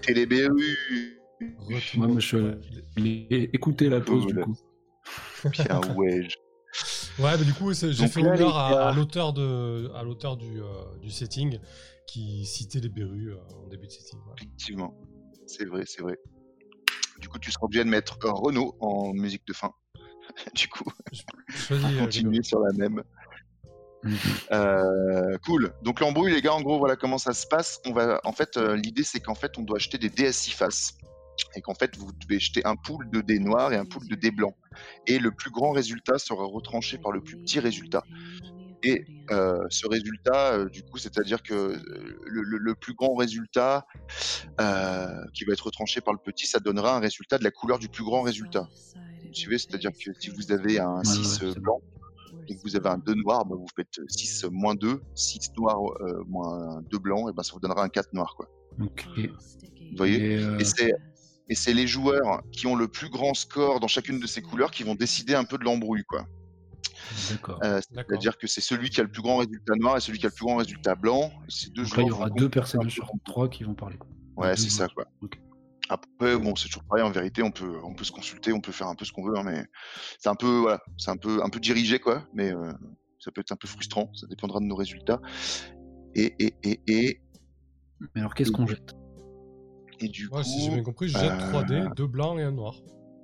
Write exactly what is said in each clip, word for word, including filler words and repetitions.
Citer les berrues. Ouais, moi, je l'ai écouté la pause, Oh, du là. coup. Bien, ouais. je- Ouais, mais du coup, c'est- j'ai Donc fait là, honneur les à, gars- à l'auteur de, à l'auteur du, euh, du setting qui citait les berrues euh, en début de setting. ouais. Effectivement, c'est vrai, c'est vrai. Du coup, tu seras obligé de mettre euh, Renault en musique de fin. Du coup, Choisis, pour euh, continuer Grégo. sur la même. Mhm. Euh, cool. Donc l'embrouille, les gars, en gros, voilà comment ça se passe. On va, en fait, euh, l'idée, c'est qu'en fait, on doit acheter des dés à six faces. Et qu'en fait, vous devez jeter un pool de dés noirs et un pool de dés blancs. Et le plus grand résultat sera retranché par le plus petit résultat. Et euh, ce résultat, euh, du coup, c'est-à-dire que euh, le, le- le plus grand résultat euh, qui va être retranché par le petit, ça donnera un résultat de la couleur du plus grand résultat. Vous suivez, c'est-à-dire que si vous avez un Ouais, six ouais, euh, c'est blanc et que vous avez un deux noir, bah, vous faites six moins deux, six noirs euh, moins deux blancs, et ben ça vous donnera un quatre noir, quoi. Ok. Vous voyez. Et, euh, Et c'est et c'est les joueurs qui ont le plus grand score dans chacune de ces couleurs qui vont décider un peu de l'embrouille, quoi. D'accord. Euh, D'accord. c'est-à-dire que c'est celui qui a le plus grand résultat noir et celui qui a le plus grand résultat blanc. Ces deux Donc là, il y joueurs aura vont deux confronter un personnages peu sur l'embrouille. trois qui vont parler. quoi. Ouais, Deux c'est ça, joueurs. quoi. Ok. Après, bon, c'est toujours pareil. En vérité, on peut, on peut se consulter, on peut faire un peu ce qu'on veut, hein, mais c'est un peu, voilà, c'est un peu, un peu dirigé, quoi. Mais euh, ça peut être un peu frustrant. Ça dépendra de nos résultats. Et et et et Mais alors, qu'est-ce qu'on jette? et du Ouais, coup, si j'ai bien compris, je jette euh, trois dés, deux blancs et un noir.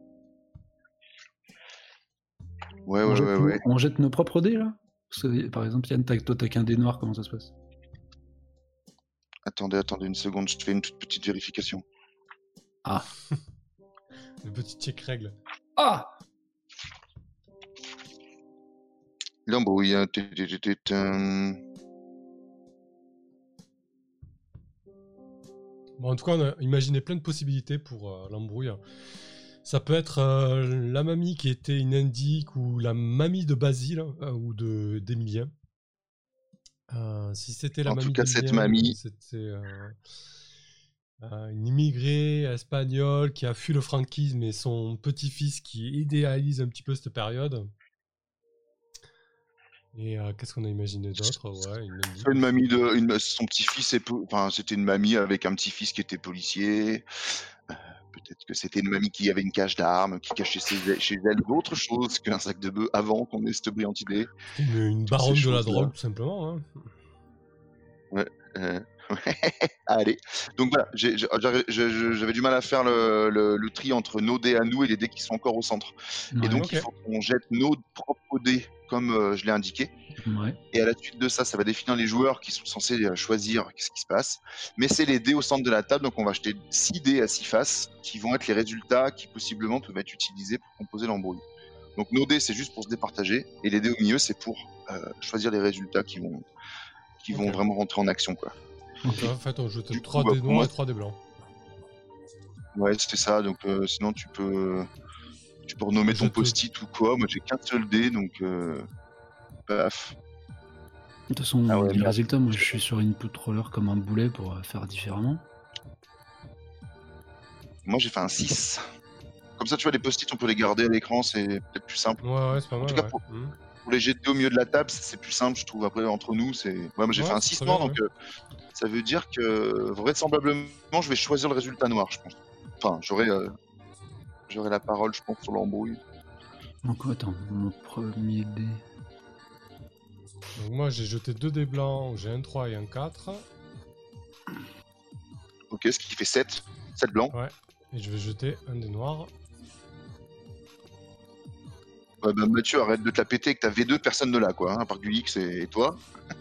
ouais, on, ouais, jette ouais, nos, ouais. on jette nos propres dés, là? Parce que, par exemple, Yann, t'as- toi, t'as qu'un dé noir, comment ça se passe? Attendez, attendez une seconde. Je te fais une toute petite vérification. Ah. Le petit check règle. Ah L'embrouille. hein, tu- tu- tu- tu- tu- Bon, en tout cas, on a imaginé plein de possibilités pour euh, l'embrouille. Ça peut être euh, la mamie qui était une indique ou la mamie de Basile euh, ou de d'Emilien. Euh, si c'était la En tout mamie cas, cette d'Emilien, mamie. c'était euh, euh, une immigrée espagnole qui a fui le franquisme et son petit-fils qui idéalise un petit peu cette période. Et euh, qu'est-ce qu'on a imaginé d'autre? Ouais, une indique Soit une aussi. mamie de, une, son petit-fils est, po- enfin, c'était une mamie avec un petit-fils qui était policier. Euh, Peut-être que c'était une mamie qui avait une cache d'armes, qui cachait ses- chez elle d'autres choses qu'un sac de bœuf avant qu'on ait cette brillante idée. C'était une, une Toutes ces baronne de la choses-là. drogue, tout simplement. Hein. Ouais. euh, Allez. Donc voilà, j'ai- j'ai- j'avais je- j'avais du mal à faire le, le- le tri entre nos dés à nous et les dés qui sont encore au centre. Et Ouais. donc Ok. il faut qu'on jette nos propres dés comme euh, je l'ai indiqué. Ouais. Et à la suite de ça, ça va définir les joueurs qui sont censés euh, choisir qu'est-ce qui se passe. Mais c'est les dés au centre de la table, donc on va acheter six dés à six faces qui vont être les résultats qui possiblement peuvent être utilisés pour composer l'embrouille. Donc nos dés, c'est juste pour se départager, et les dés au milieu, c'est pour euh, choisir les résultats qui vont, qui vont Ok. vraiment rentrer en action, quoi. Donc Ok. en fait, on jette Du trois coup, bah, dés pour noirs moi, et trois dés blancs. Ouais, c'est ça. Donc euh, sinon, tu peux, tu peux renommer Je ton te- post-it ou quoi. Moi, j'ai qu'un seul dé, donc euh, paf. De toute façon, Ah ouais, les merde. résultats, moi, je suis sur input roller comme un boulet pour euh, faire différemment. Moi, j'ai fait un six. Comme ça, tu vois, les post-it, on peut les garder à l'écran, c'est peut-être plus simple. Ouais, ouais, c'est pas En mal. tout cas, ouais. pour, Mhm. pour les jeter au milieu de la table, c'est c'est plus simple, je trouve. Après, entre nous, c'est. Ouais, moi, j'ai Ouais, fait un c'est six très noir, bien, donc euh, ça veut dire que vraisemblablement, je vais choisir le résultat noir, je pense. Enfin, j'aurai euh, j'aurai la parole, je pense, sur l'embrouille. Donc, attends, mon premier dé. Donc moi, j'ai jeté deux dés blancs, j'ai un trois et un quatre. Ok, ce qui fait sept. sept blancs. Ouais. Et je vais jeter un dé noir. Ouais, bah, Mathieu, arrête de te la péter, que t'as V deux, personne ne l'a, quoi, hein, à part Gulix et, et toi.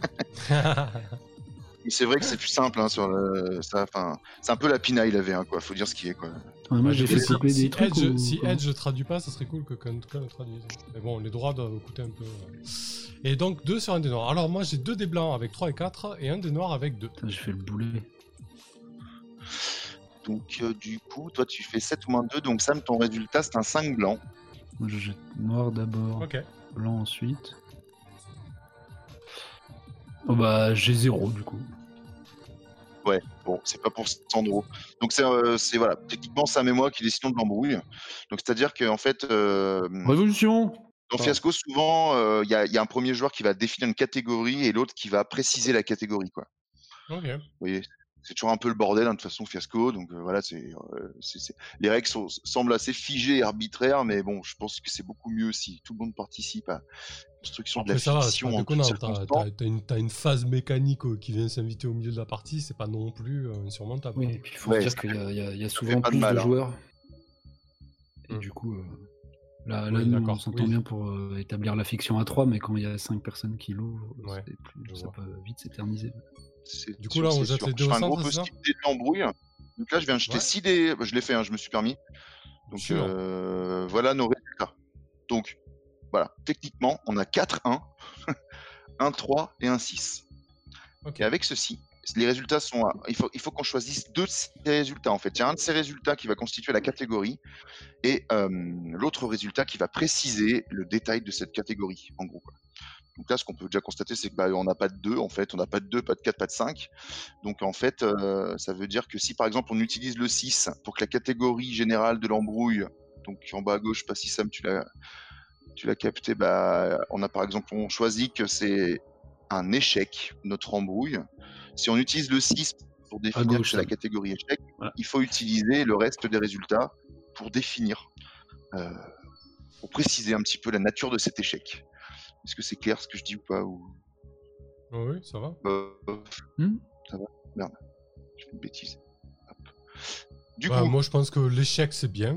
Mais c'est vrai que c'est plus simple, hein, sur le. ça, enfin, c'est un peu la pinaille, la V un, quoi, faut dire ce qui est, quoi. Ouais, moi, Ouais, j'ai du fait coup, si, couper si des trucs. Edge, ou si comment Edge traduit pas, ça serait cool que Kantka le traduise. Mais bon, les droits doivent coûter un peu. ouais. Et donc deux sur un dé noir. Alors moi, j'ai deux dés blancs avec trois et quatre et un dé noir avec deux. Putain, j'ai fait le boulet. Donc, euh, du coup, toi, tu fais sept moins deux, donc Sam, ton résultat, c'est un cinq blanc. Moi, je jette noir d'abord, Ok. blanc ensuite. Oh bah, j'ai zéro du coup. Ouais, bon, c'est pas pour Sandro. Donc, c'est, euh, c'est voilà, techniquement, Sam et moi qui décidons de l'embrouille. Donc, c'est-à-dire qu'en fait, euh, Révolution! dans Fiasco, souvent, il y, a- y a un premier joueur qui va définir une catégorie et l'autre qui va préciser la catégorie, quoi. Ok. Vous voyez, c'est toujours un peu le bordel, hein, de toute façon, Fiasco. Donc euh, voilà, c'est, euh, c'est, c'est- les règles sont- semblent assez figées et arbitraires, mais bon, je pense que c'est beaucoup mieux si tout le monde participe à la construction de la Après, ça va, c'est pas fiction en toutes déconnant. T'as, circonstances. t'as- t'as une, t'as une phase mécanique euh, qui vient s'inviter au milieu de la partie, c'est pas non plus euh, insurmontable. Oui, quoi. et puis il faut Ouais, se dire ça qu'il y a, il y a- il y a fait souvent pas de plus mal, de hein. joueurs. Et Mm. du coup, euh, là, là Oui, nous, on d'accord. s'entend Oui, bien pour euh, établir la fiction à trois, mais quand il y a cinq personnes qui l'ouvrent, ouais, c'est plus- je ça vois. peut vite s'éterniser. C'est Du coup, sûr, là, on c'est jette sûr. les Je dés au fais un centre, gros c'est ça? post-it dès l'embrouille. Donc là, je viens jeter Ouais, six dés. Je l'ai fait, hein, je me suis permis. Donc sûr. euh, voilà nos résultats. Donc voilà, techniquement, on a quatre un, un trois et un six. Ok. Et avec ceci, les résultats sont. à- Il faut, il faut qu'on choisisse deux de ces résultats en fait. Il y a un de ces résultats qui va constituer la catégorie et euh, l'autre résultat qui va préciser le détail de cette catégorie, en gros, quoi. Donc là, ce qu'on peut déjà constater, c'est que bah, on n'a pas de deux, en fait, on n'a pas de deux, pas de quatre, pas de cinq. Donc en fait, euh, ça veut dire que si par exemple on utilise le six pour que la catégorie générale de l'embrouille, donc en bas à gauche, je sais pas si Sam tu l'as tu l'as capté, bah, on a par exemple, on choisit que c'est un échec, notre embrouille. Si on utilise le six pour À définir que gauche, c'est la Sam. catégorie échec, Voilà. il faut utiliser le reste des résultats pour définir, euh, pour préciser un petit peu la nature de cet échec. Est-ce que c'est clair ce que je dis ou pas ou... Oh oui, ça va. Euh, Hmm Ça va. Merde, je fais une bêtise. Hop. Du Bah, coup, moi, je pense que l'échec, c'est bien.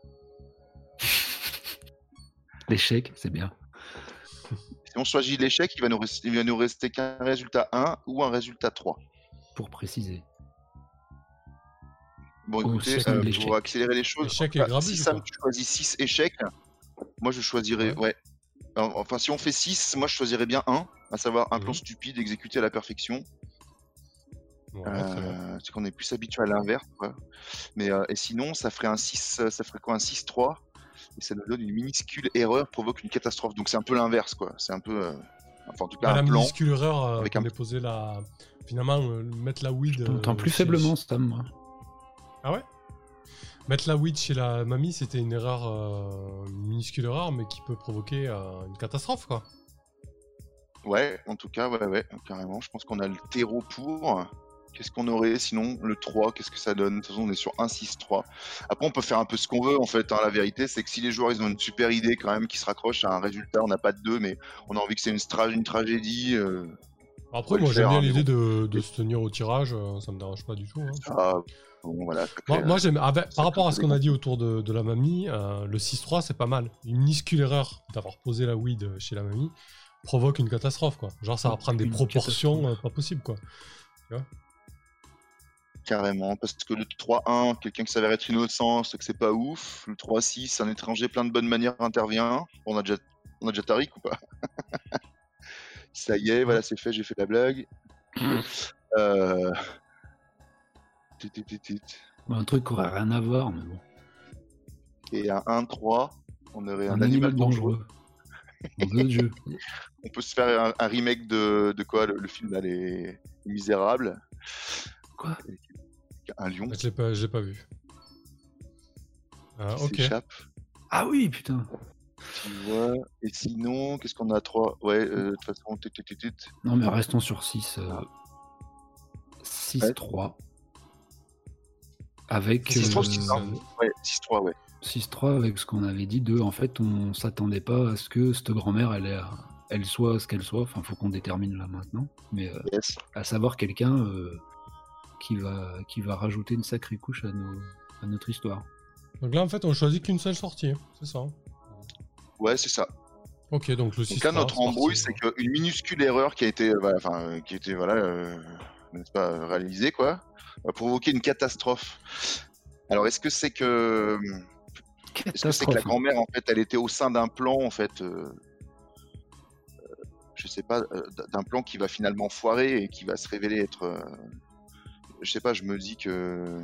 L'échec, c'est bien. si on choisit l'échec, il va nous rester, il va nous rester qu'un résultat un ou un résultat trois. Pour préciser. Bon, Au écoutez, sein de euh, l'échec. pour accélérer les choses, Échec et bah, grabuge, si Sam, quoi. tu choisis six échecs, moi je choisirais, Ouais. ouais. Alors, enfin, si on fait six, moi je choisirais bien un, à savoir un plan Mhm. stupide exécuté à la perfection. Ouais, très bien. Euh, c'est qu'on est plus habitué à l'inverse, quoi. Mais euh, et sinon, ça ferait un six, euh, ça ferait quoi, un six trois, et ça nous donne une minuscule erreur provoque une catastrophe. Donc c'est un peu l'inverse, quoi. C'est un peu, euh, enfin en tout cas Bah, un la plan minuscule erreur euh, avec qu'on un. ait posé la. Finalement, euh, mettre la weed. Je t'entends euh, plus chez- faiblement, chez- Stam, moi. Ah ouais? Mettre la weed chez la mamie, c'était une erreur, euh, une minuscule erreur, mais qui peut provoquer euh, une catastrophe, quoi. Ouais, en tout cas, ouais, ouais, carrément. Je pense qu'on a le terreau pour. Qu'est-ce qu'on aurait sinon? Le trois, qu'est-ce que ça donne? De toute façon, on est sur un six trois. Après, on peut faire un peu ce qu'on veut, en fait, hein. La vérité, c'est que si les joueurs ils ont une super idée quand même qui se raccroche à un résultat, on n'a pas de deux, mais on a envie que c'est une, stra- une tragédie. euh, on Après, peut moi, le j'aime faire, bien hein, mais l'idée bon. de, de se tenir au tirage, euh, ça me dérange pas du tout. Hein. Ça, bon, voilà, ça Moi, crée, moi euh, j'aime. avec- ça Par rapport crée à un ce peu qu'on a des dit autour de, de la mamie, euh, le six trois, c'est pas mal. Une minuscule erreur d'avoir posé la weed chez la mamie provoque une catastrophe, quoi. Genre, ça va prendre des Une proportions catastrophe. euh, pas possibles, quoi. carrément. Parce que le trois un, quelqu'un qui s'avère être innocent, c'est que c'est pas ouf. Le trois six, un étranger plein de bonnes manières intervient. On a déjà, on a déjà Tariq ou pas? Ça y est, voilà, c'est fait, j'ai fait la blague. Euh... tit, tit, tit, tit. Un truc qui aurait rien à voir, mais bon. Et un un trois, on aurait un, Un animal dangereux. Nom de Dieu. On peut se faire un, un remake de, de quoi, le, le film là, Les, Les Misérables. Quoi? Un lion Je l'ai pas, je l'ai pas vu. Ah, qui ok. s'échappe, Ah oui, putain. tu vois. Et sinon, qu'est-ce qu'on a? Trois. Ouais, euh, de toute façon, tit, tit, tit, tit. Non, mais restons sur six. Euh... six trois. Avec. six trois ou euh, six un? Ouais, six trois, ouais. six trois avec ce qu'on avait dit de, en fait, on s'attendait pas à ce que cette grand-mère, elle, est- elle soit ce qu'elle soit. Enfin, faut qu'on détermine là maintenant. Mais euh, Yes. à savoir quelqu'un euh, qui va qui va rajouter une sacrée couche à nos à notre histoire. Donc là, en fait, on choisit qu'une seule sortie, hein, c'est ça. hein. Ouais, c'est ça. Ok, donc le six Donc là, trois, notre c'est parti. embrouille, c'est qu'une minuscule erreur qui a été, euh, voilà, enfin, euh, qui a été, voilà, euh, n'est-ce pas, euh, réalisée, quoi, va provoquer une catastrophe. Alors, est-ce que c'est que, est-ce que c'est que la Catastrophe. grand-mère, en fait, elle était au sein d'un plan, en fait, euh, je sais pas, euh, d'un plan qui va finalement foirer et qui va se révéler être, euh, je sais pas, je me dis que,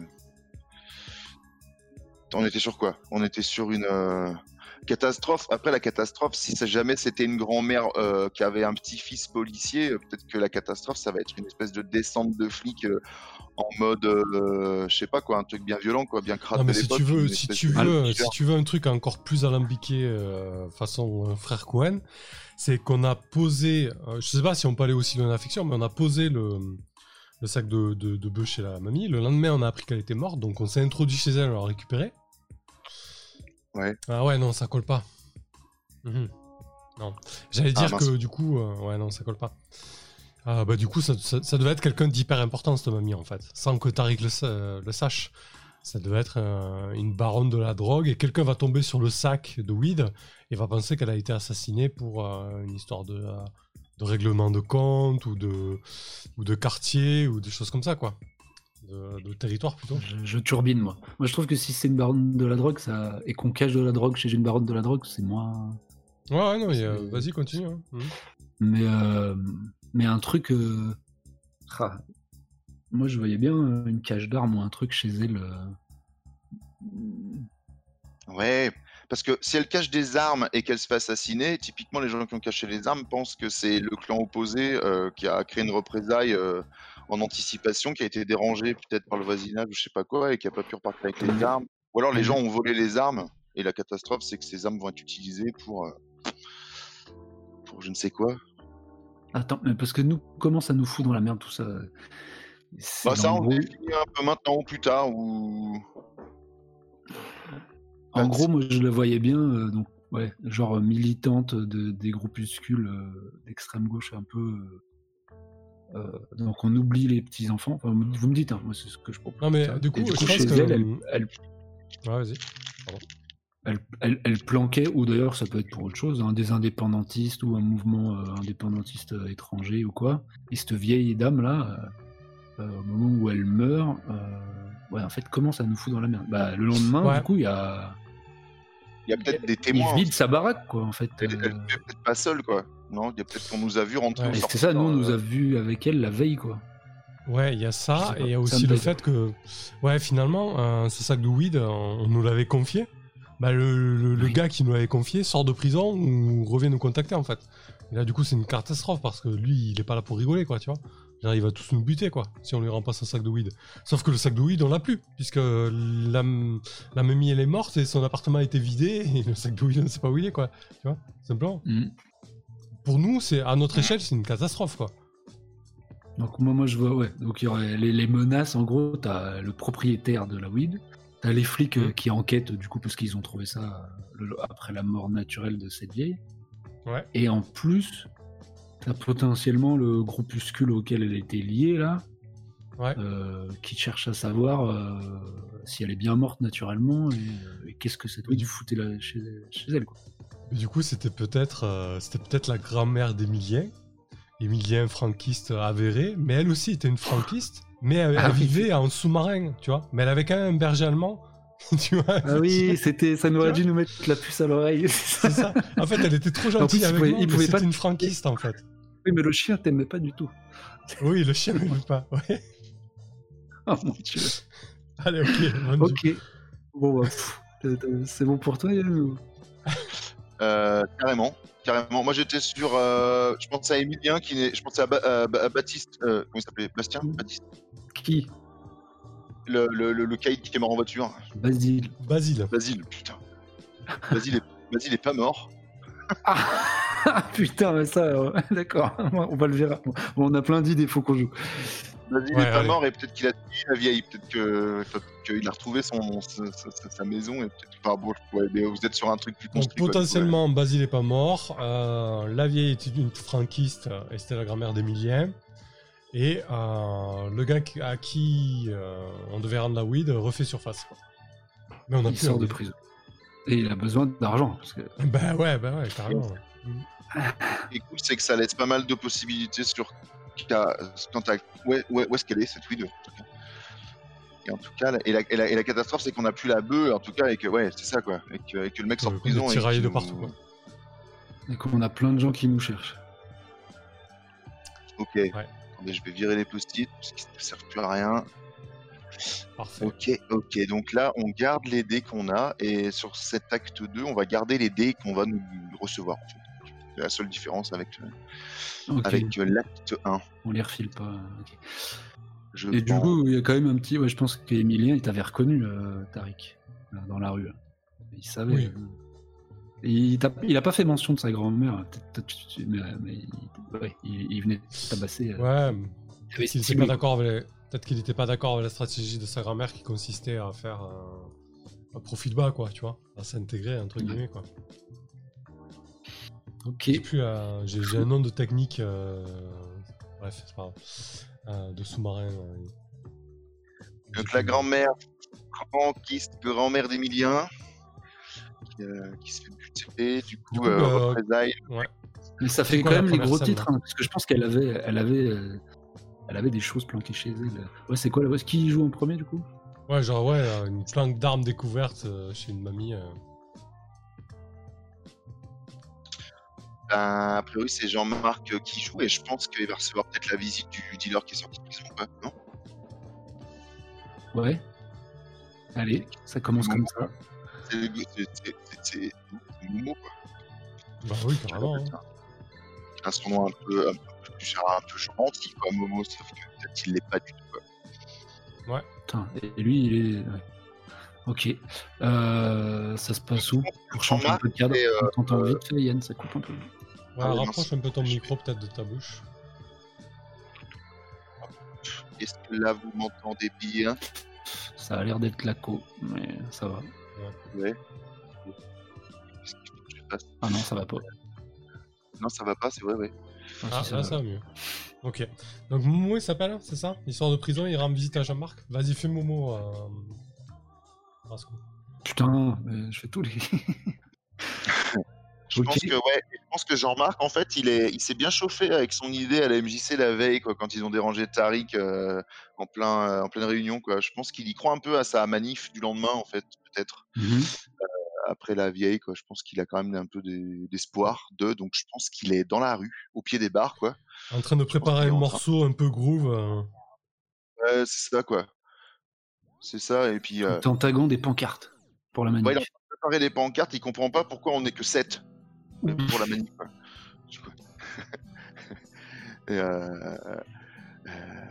on était sur quoi? On était sur une euh, catastrophe. Après la catastrophe, si ça jamais c'était une grand-mère euh, qui avait un petit-fils policier, euh, peut-être que la catastrophe, ça va être une espèce de descente de flics euh, en mode, euh, je sais pas quoi, un truc bien violent, quoi, bien crade Non, mais de si l'époque. tu veux, une si espèce tu de- veux, Ah, si tu veux un truc encore plus alambiqué euh, façon euh, frère Cohen, c'est qu'on a posé, euh, je sais pas si on peut aller aussi loin dans la fiction, mais on a posé le le sac de, de, de bœuf chez la mamie. Le lendemain, on a appris qu'elle était morte, donc on s'est introduit chez elle, on l'a récupérée. Ouais. Ah ouais, non, ça colle pas. Mmh. Non. J'allais dire ah, que du coup, euh, ouais, non, ça colle pas. Ah, bah, du coup, ça, ça, ça devait être quelqu'un d'hyper important, cette mamie, en fait. Sans que Tariq le, euh, le sache. Ça devait être euh, une baronne de la drogue, et quelqu'un va tomber sur le sac de weed et va penser qu'elle a été assassinée pour euh, une histoire de, euh, de règlement de compte, ou de, ou de quartier, ou des choses comme ça, quoi. De, de territoire, plutôt. Je, je turbine, moi. Moi, je trouve que si c'est une baronne de la drogue, ça... et qu'on cache de la drogue chez une baronne de la drogue, c'est moins... Ouais, ouais, non, a... vas-y, continue. Hein. Mmh. Mais, euh... mais un truc... Euh... Ah. Moi, je voyais bien une cache d'armes ou un truc chez elle. Euh... Ouais, parce que si elle cache des armes et qu'elle se fait assassiner, typiquement, les gens qui ont caché les armes pensent que c'est le clan opposé euh, qui a créé une représaille euh, en anticipation, qui a été dérangé peut-être par le voisinage ou je sais pas quoi, et qui a pas pu repartir avec les armes. Ou alors les gens ont volé les armes, et la catastrophe, c'est que ces armes vont être utilisées pour, euh, pour je ne sais quoi. Attends, mais parce que nous, comment ça nous fout dans la merde tout ça? Bah ça, on le définit un peu maintenant ou plus tard, ou... En gros, moi, je la voyais bien, euh, donc, ouais, genre militante de, des groupuscules euh, d'extrême gauche un peu... Euh, euh, donc on oublie les petits-enfants. Enfin, vous me dites, hein, moi, c'est ce que je propose. Non, mais du coup, du je coup pense chez que... elle, elle, elle... Ouais, vas-y. Pardon. Elle, elle, elle planquait, ou d'ailleurs ça peut être pour autre chose, hein, des indépendantistes ou un mouvement euh, indépendantiste euh, étranger ou quoi. Et cette vieille dame-là, euh, euh, au moment où elle meurt, euh, ouais, en fait, comment ça nous fout dans la merde? Bah, le lendemain, ouais. du coup, il y a... Il y a peut-être des témoins. Il vide sa baraque, quoi, en fait. Elle, elle, elle est peut-être pas seule, quoi. Non, il y a peut-être qu'on nous a vu rentrer. Ouais. C'est ça, nous, on nous a vu avec elle la veille, quoi. Ouais, il y a ça, et il y a aussi le fait que, ouais, finalement, euh, ce sac de weed, on, on nous l'avait confié. Bah, le, le, le oui. gars qui nous l'avait confié sort de prison ou revient nous contacter, en fait. Et là, du coup, c'est une catastrophe parce que lui, il est pas là pour rigoler, quoi, tu vois. Genre, il va tous nous buter, quoi, si on lui rend pas son sac de weed. Sauf que le sac de weed, on l'a plus, puisque la, la mamie, elle est morte et son appartement a été vidé, et le sac de weed, on ne sait pas où il est, quoi. Tu vois, simplement. Mm. Pour nous, c'est à notre échelle, c'est une catastrophe, quoi. Donc, moi, moi je vois, ouais. Donc, il y aurait les, les menaces, en gros, t'as le propriétaire de la weed. T'as les flics euh, qui enquêtent, du coup, parce qu'ils ont trouvé ça euh, le, après la mort naturelle de cette vieille. Ouais. Et en plus, t'as potentiellement le groupuscule auquel elle était liée, là, ouais. euh, qui cherche à savoir euh, si elle est bien morte naturellement et, et qu'est-ce que cette weed foutait là, chez, chez elle, quoi. Et du coup, c'était peut-être euh, c'était peut-être la grand-mère d'Emilien. Emilien, franquiste avéré, mais elle aussi était une franquiste. Mais elle, ah, elle vivait en sous-marin, tu vois. Mais elle avait quand même un berger allemand, tu vois. Ah oui, c'était, ça nous aurait dû nous mettre la puce à l'oreille. C'est ça. En fait, elle était trop gentille plus, avec pouvait, moi, il mais pouvait c'était pas une franquiste, en fait. Oui, mais le chien t'aimait pas du tout. Oui, le chien m'aimait pas, ouais. Oh mon Dieu. Allez, ok, vendu. Ok. Bon, bah, pff, c'est bon pour toi, Yann ou... euh, Carrément. Carrément. Moi, j'étais sur. Euh, je pensais à Emilien, qui n'est. Je pensais à, ba à, à Baptiste. Euh, comment il s'appelait? Bastien Baptiste. Qui? Le, le, le, le caïd qui est mort en voiture. Basile. Basile. Basile, putain. Basile est, Basile est pas mort. Ah putain, mais ça, euh, d'accord. On va le verra. Bon, on a plein d'idées, faut qu'on joue. Basile ouais, est pas allez. mort et peut-être qu'il a tué la vieille. Peut-être que, qu'il a retrouvé son, sa, sa, sa maison et peut-être. Enfin bon, ouais, mais vous êtes sur un truc plus construit. Donc potentiellement, ouais. Basile est pas mort. Euh, la vieille était une franquiste et c'était la grand-mère d'Emilien. Et euh, le gars à qui euh, on devait rendre la weed refait surface. Mais on a il sort de prison. Et il a besoin d'argent. Parce que... Bah ouais, bah ouais, carrément. Ouais. Et cool, c'est que ça laisse pas mal de possibilités sur quand t'as... Ouais, ouais, où est-ce qu'elle est cette weed, en tout cas. Et en tout cas, et la, et la, et la catastrophe, c'est qu'on n'a plus la bœuf, en tout cas, et que ouais, c'est ça quoi, et que, et que le mec sort de prison. On est tiraillé de nous... partout, quoi. Et qu'on a plein de gens qui nous cherchent. Ok. Ouais. Attendez, je vais virer les post-it parce qu'ils ne servent plus à rien. Parfait. Ok, ok. Donc là, on garde les dés qu'on a, et sur cet acte deux, on va garder les dés qu'on va nous recevoir. En fait. C'est la seule différence avec, okay. avec l'acte un. On les refile pas. Okay. Je et pense... du coup, il y a quand même un petit... Ouais, je pense qu'Emilien, il t'avait reconnu, euh, Tariq, dans la rue. Il savait. Oui. Euh... Il, a, il a pas fait mention de sa grand-mère, mais, mais il, ouais, il, il venait tabasser. Ouais. Peut-être qu'il n'était pas d'accord avec les... Peut-être qu'il n'était pas d'accord avec la stratégie de sa grand-mère qui consistait à faire un, un profil bas, quoi, tu vois, à s'intégrer, entre guillemets, quoi. Ok. J'ai plus, euh, j'ai, j'ai un nom de technique, euh... bref, c'est pas grave, euh, de sous-marin. Euh... Donc la grand-mère, franquiste, grand-mère d'Emilien, qui, euh, qui se fait buter, du coup, Du coup, euh, bah, représailles. Ouais. Mais ça C'est fait quoi quand la même les première gros scène, titres, là hein, parce que je pense qu'elle avait, elle avait, euh, elle avait des choses planquées chez elle. Ouais, c'est quoi la voix? Qui joue en premier du coup? Ouais, genre, ouais, euh, une planque d'armes découverte euh, chez une mamie. Euh... Ben, a priori, c'est Jean-Marc euh, qui joue, et je pense qu'il va recevoir peut-être la visite du dealer qui est sorti de prison, quoi, non? Ouais. Allez, ça commence comme ça. C'est c'est- c'est- c'est- c'est Momo, quoi. Bah oui, carrément. Hein. Un surnom un peu, un peu plus un peu gentil, quoi, Momo, sauf que peut-être qu'il l'est pas du tout, quoi. Ouais. Putain, et lui, il est. Ouais. Ok. Euh, ça se passe où? Pour changer un peu de cadre. et, euh, On t'entend vite fait, Yann, ça coupe un peu. Ouais, Ah ouais, rapproche non, un peu ton je- micro peut-être de ta bouche. Est-ce que là, vous m'entendez bien? Ça a l'air d'être la co, mais ça va. Ouais. Qu'est-ce qu'il faut que je fasse? Ah non, ça va pas. Non, ça va pas, c'est vrai, ouais. Ah, Ah, si, ça là va. ça va mieux. Ok. Donc Momo il s'appelle, c'est ça? Il sort de prison, il rend visite à Jean-Marc. Vas-y, fais Momo. Euh... Rasco. Putain, mais je fais tous les. Je Ok. pense que ouais, je pense que Jean-Marc, en fait, il est, il s'est bien chauffé avec son idée à la M J C la veille, quoi, quand ils ont dérangé Tariq euh, en plein, euh, en pleine réunion, quoi. Je pense qu'il y croit un peu à sa manif du lendemain, en fait, peut-être Mhm. après la vieille, quoi. Je pense qu'il a quand même un peu des- d'espoir de, donc je pense qu'il est dans la rue, au pied des bars, quoi. En train de Je pense préparer qu'il est un en train- morceau un peu groove. euh, Ouais, c'est ça, quoi. C'est ça, et puis Sous euh, le pentagon des pancartes pour la manif. ouais, il est en train de préparer les pancartes, il comprend pas pourquoi on est que sept pour la manif, quoi. Du coup. Et, euh, euh,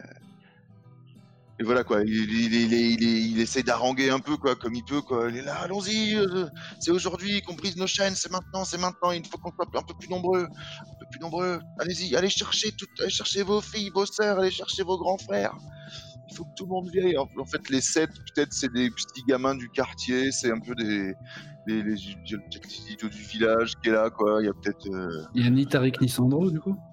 et voilà, quoi, il, il, il, il, il, il essaie d'haranguer un peu, quoi, comme il peut, quoi. Il est là, allons-y, euh, c'est aujourd'hui qu'on brise nos chaînes, c'est maintenant, c'est maintenant, il faut qu'on soit un peu plus nombreux, un peu plus nombreux. Allez-y, allez chercher, tout, allez chercher vos filles, vos sœurs, allez chercher vos grands frères. Il faut que tout le monde vienne. En, en fait, les sept, peut-être, c'est des petits gamins du quartier, c'est un peu des, les, les, les, les idiots du village qui est là, quoi. Il y a peut-être. Euh... Il y a ni Tariq ni Sandro, du coup?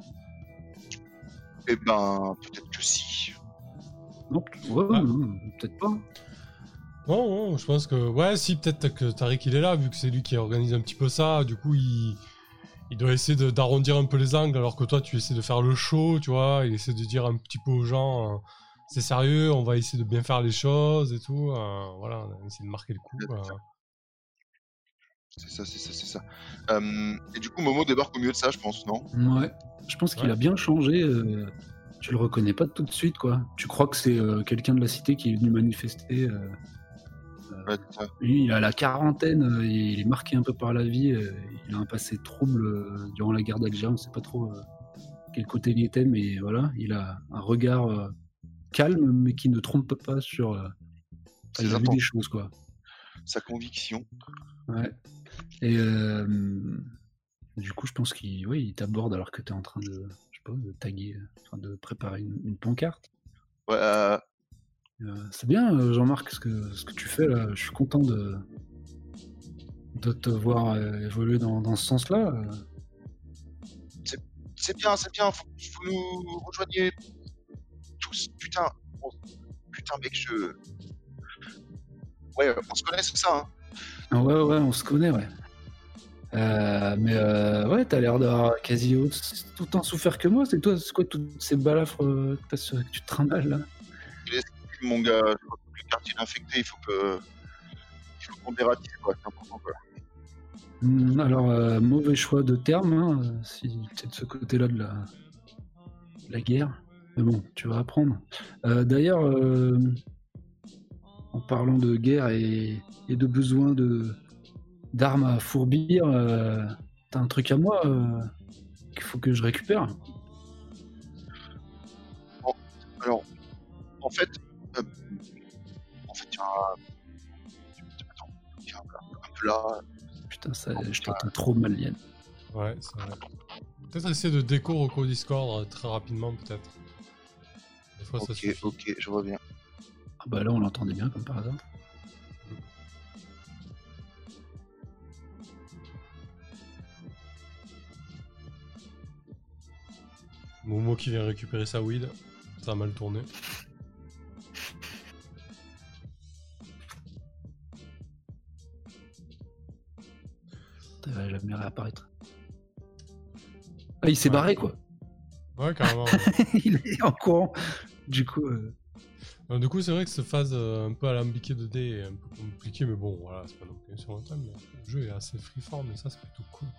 Eh ben, peut-être que si. Non, ouais, Ah. non, peut-être pas. Non, non, je pense que... Ouais, si, peut-être que Tariq, il est là, vu que c'est lui qui organise un petit peu ça. Du coup, il, il doit essayer de- d'arrondir un peu les angles, alors que toi, tu essaies de faire le show, tu vois. Il essaie de dire un petit peu aux gens, euh, c'est sérieux, on va essayer de bien faire les choses et tout. euh, voilà, on a essayé de marquer le coup. euh. C'est ça, c'est ça, c'est ça. Euh, et du coup, Momo débarque au milieu de ça, je pense, non? Ouais. Je pense qu'il Ouais. a bien changé. euh, Tu le reconnais pas tout de suite, quoi. Tu crois que c'est euh, quelqu'un de la cité qui est venu manifester. euh, Ouais, c'est ça. Lui, il a la quarantaine, euh, il est marqué un peu par la vie. euh, Il a un passé trouble euh, durant la guerre d'Algérie. On sait pas trop euh, quel côté il était, mais voilà, il a un regard euh, calme, mais qui ne trompe pas sur. euh, Ses il a vu intentions. des choses, quoi. Sa conviction. Ouais. Et euh, du coup, je pense qu'il ouais, il t'aborde alors que tu es en train de, je sais pas, de taguer, enfin, de préparer une, une pancarte. Ouais, euh, Euh, c'est bien, euh, Jean-Marc, ce que, ce que tu fais là. Je suis content de, de te voir euh, évoluer dans, dans ce sens-là. euh. c'est bien, c'est bien, faut, faut nous rejoigner tous. Putain, on- putain, mec, je. Ouais, on se connaît, c'est ça, hein. Ah ouais, ouais, on se connaît, ouais. Euh, mais euh, ouais, t'as l'air d'avoir quasi au- tout autant souffert que moi. C'est toi, c'est quoi toutes ces balafres euh, que, t'as sur- que tu te trimbales là? Il est mon gars, je crois que le quartier infecté, il faut que. Il faut qu'on dératisse, quoi, c'est important, quoi. Hmm, alors, euh, mauvais choix de terme, hein, euh, si tu es de ce côté-là de la, de la guerre. Mais bon, tu vas apprendre. Euh, D'ailleurs, euh, en parlant de guerre et, et de besoin de d'armes à fourbir, euh, t'as un truc à moi euh, qu'il faut que je récupère. Alors, en fait. Euh, en fait, il y a un. Attends, il y a un, un plat. Putain, ça, je t'entends trop mal, Yann. Ouais, c'est vrai. Peut-être essayer de déco Rocco Discord euh, très rapidement, peut-être. fois ça Ok, suffit. ok, je reviens. Ah bah là, on l'entendait bien, comme par hasard. Momo qui vient récupérer sa weed, ça a mal tourné. Ça va jamais réapparaître. Ah, il s'est Ouais. barré, quoi. Ouais, carrément. ouais. Il est en courant. Du coup, euh, Alors, du coup, c'est vrai que cette phase euh, un peu alambiquée de dés est un peu compliquée, mais bon, voilà, c'est pas non plus sur longtemps, mais le jeu est assez freeform, et ça, c'est plutôt cool.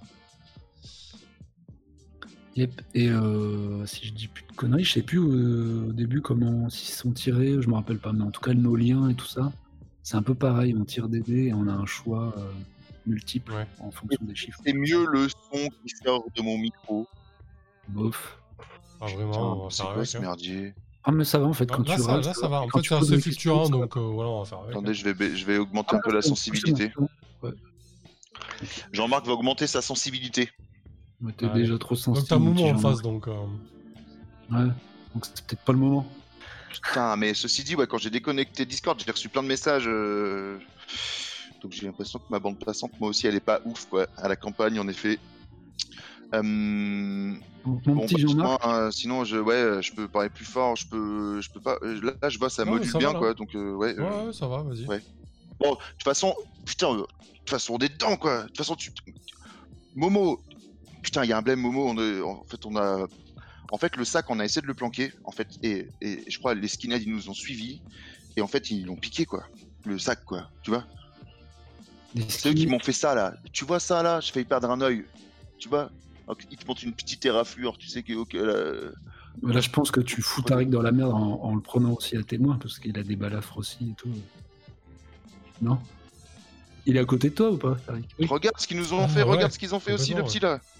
yep. Et euh, si je dis plus de conneries, je sais plus euh, au début comment s'ils sont tirés, je me rappelle pas, mais en tout cas, nos liens et tout ça, c'est un peu pareil. On tire des dés et on a un choix euh, multiple Ouais. en fonction des chiffres. C'est mieux le son qui sort de mon micro. Bof. Ah, Putain, vraiment, on va c'est faire quoi avec. ce hein. merdier? Ah, mais ça va en fait, Ah, quand là, tu ça, râles, là, ça va. En Quand fait, tu c'est poses assez des questions, fluctuant, ça va. donc euh, voilà, on va faire avec. Attendez, hein. je vais, ba- je vais augmenter un Ah, peu la c'est bon, sensibilité. c'est bon, ouais. Jean-Marc va augmenter sa sensibilité. Mais t'es Allez. déjà trop sensible. Donc, t'as mon Momo petit en Jean-Marc. face, donc. euh, Ouais, donc c'est peut-être pas le moment. Putain, mais ceci dit, ouais, quand j'ai déconnecté Discord, j'ai reçu plein de messages. euh, Donc j'ai l'impression que ma bande passante, moi aussi, elle est pas ouf, quoi. À la campagne, en effet. Euh, Mon, mon Bon, petit bah, Jean-Marc, dites-moi, hein, sinon, je, ouais, je peux parler plus fort, je peux, je peux pas. euh, Là, là, je vois, ça Non, mais module ça va, bien, là. quoi. Donc, euh, ouais. Ouais, euh, ouais, ça va, vas-y. ouais. Bon, de toute façon, putain, euh, de toute façon, on est dedans, quoi. De toute façon, tu. Momo, putain, il y a un blême, Momo. On est- en fait, on a. En fait, le sac, on a essayé de le planquer, en fait, et, et je crois les skinheads, ils nous ont suivis, et en fait, ils l'ont piqué, quoi. Le sac, quoi. Tu vois. des C'est eux qui skis, m'ont fait ça, là. Tu vois ça, là? J'ai failli perdre un œil. Tu vois? Donc, ils te montrent une petite éraflure, tu sais que. ok, là, mais là je pense que tu fous Tariq dans la merde en, en le prenant aussi à témoin, parce qu'il a des balafres aussi et tout. Non? Il est à côté de toi ou pas, Tariq? Oui. Regarde ce qu'ils nous ont Ah, fait, ouais, regarde ce qu'ils ont fait aussi, le complètement, petit, là.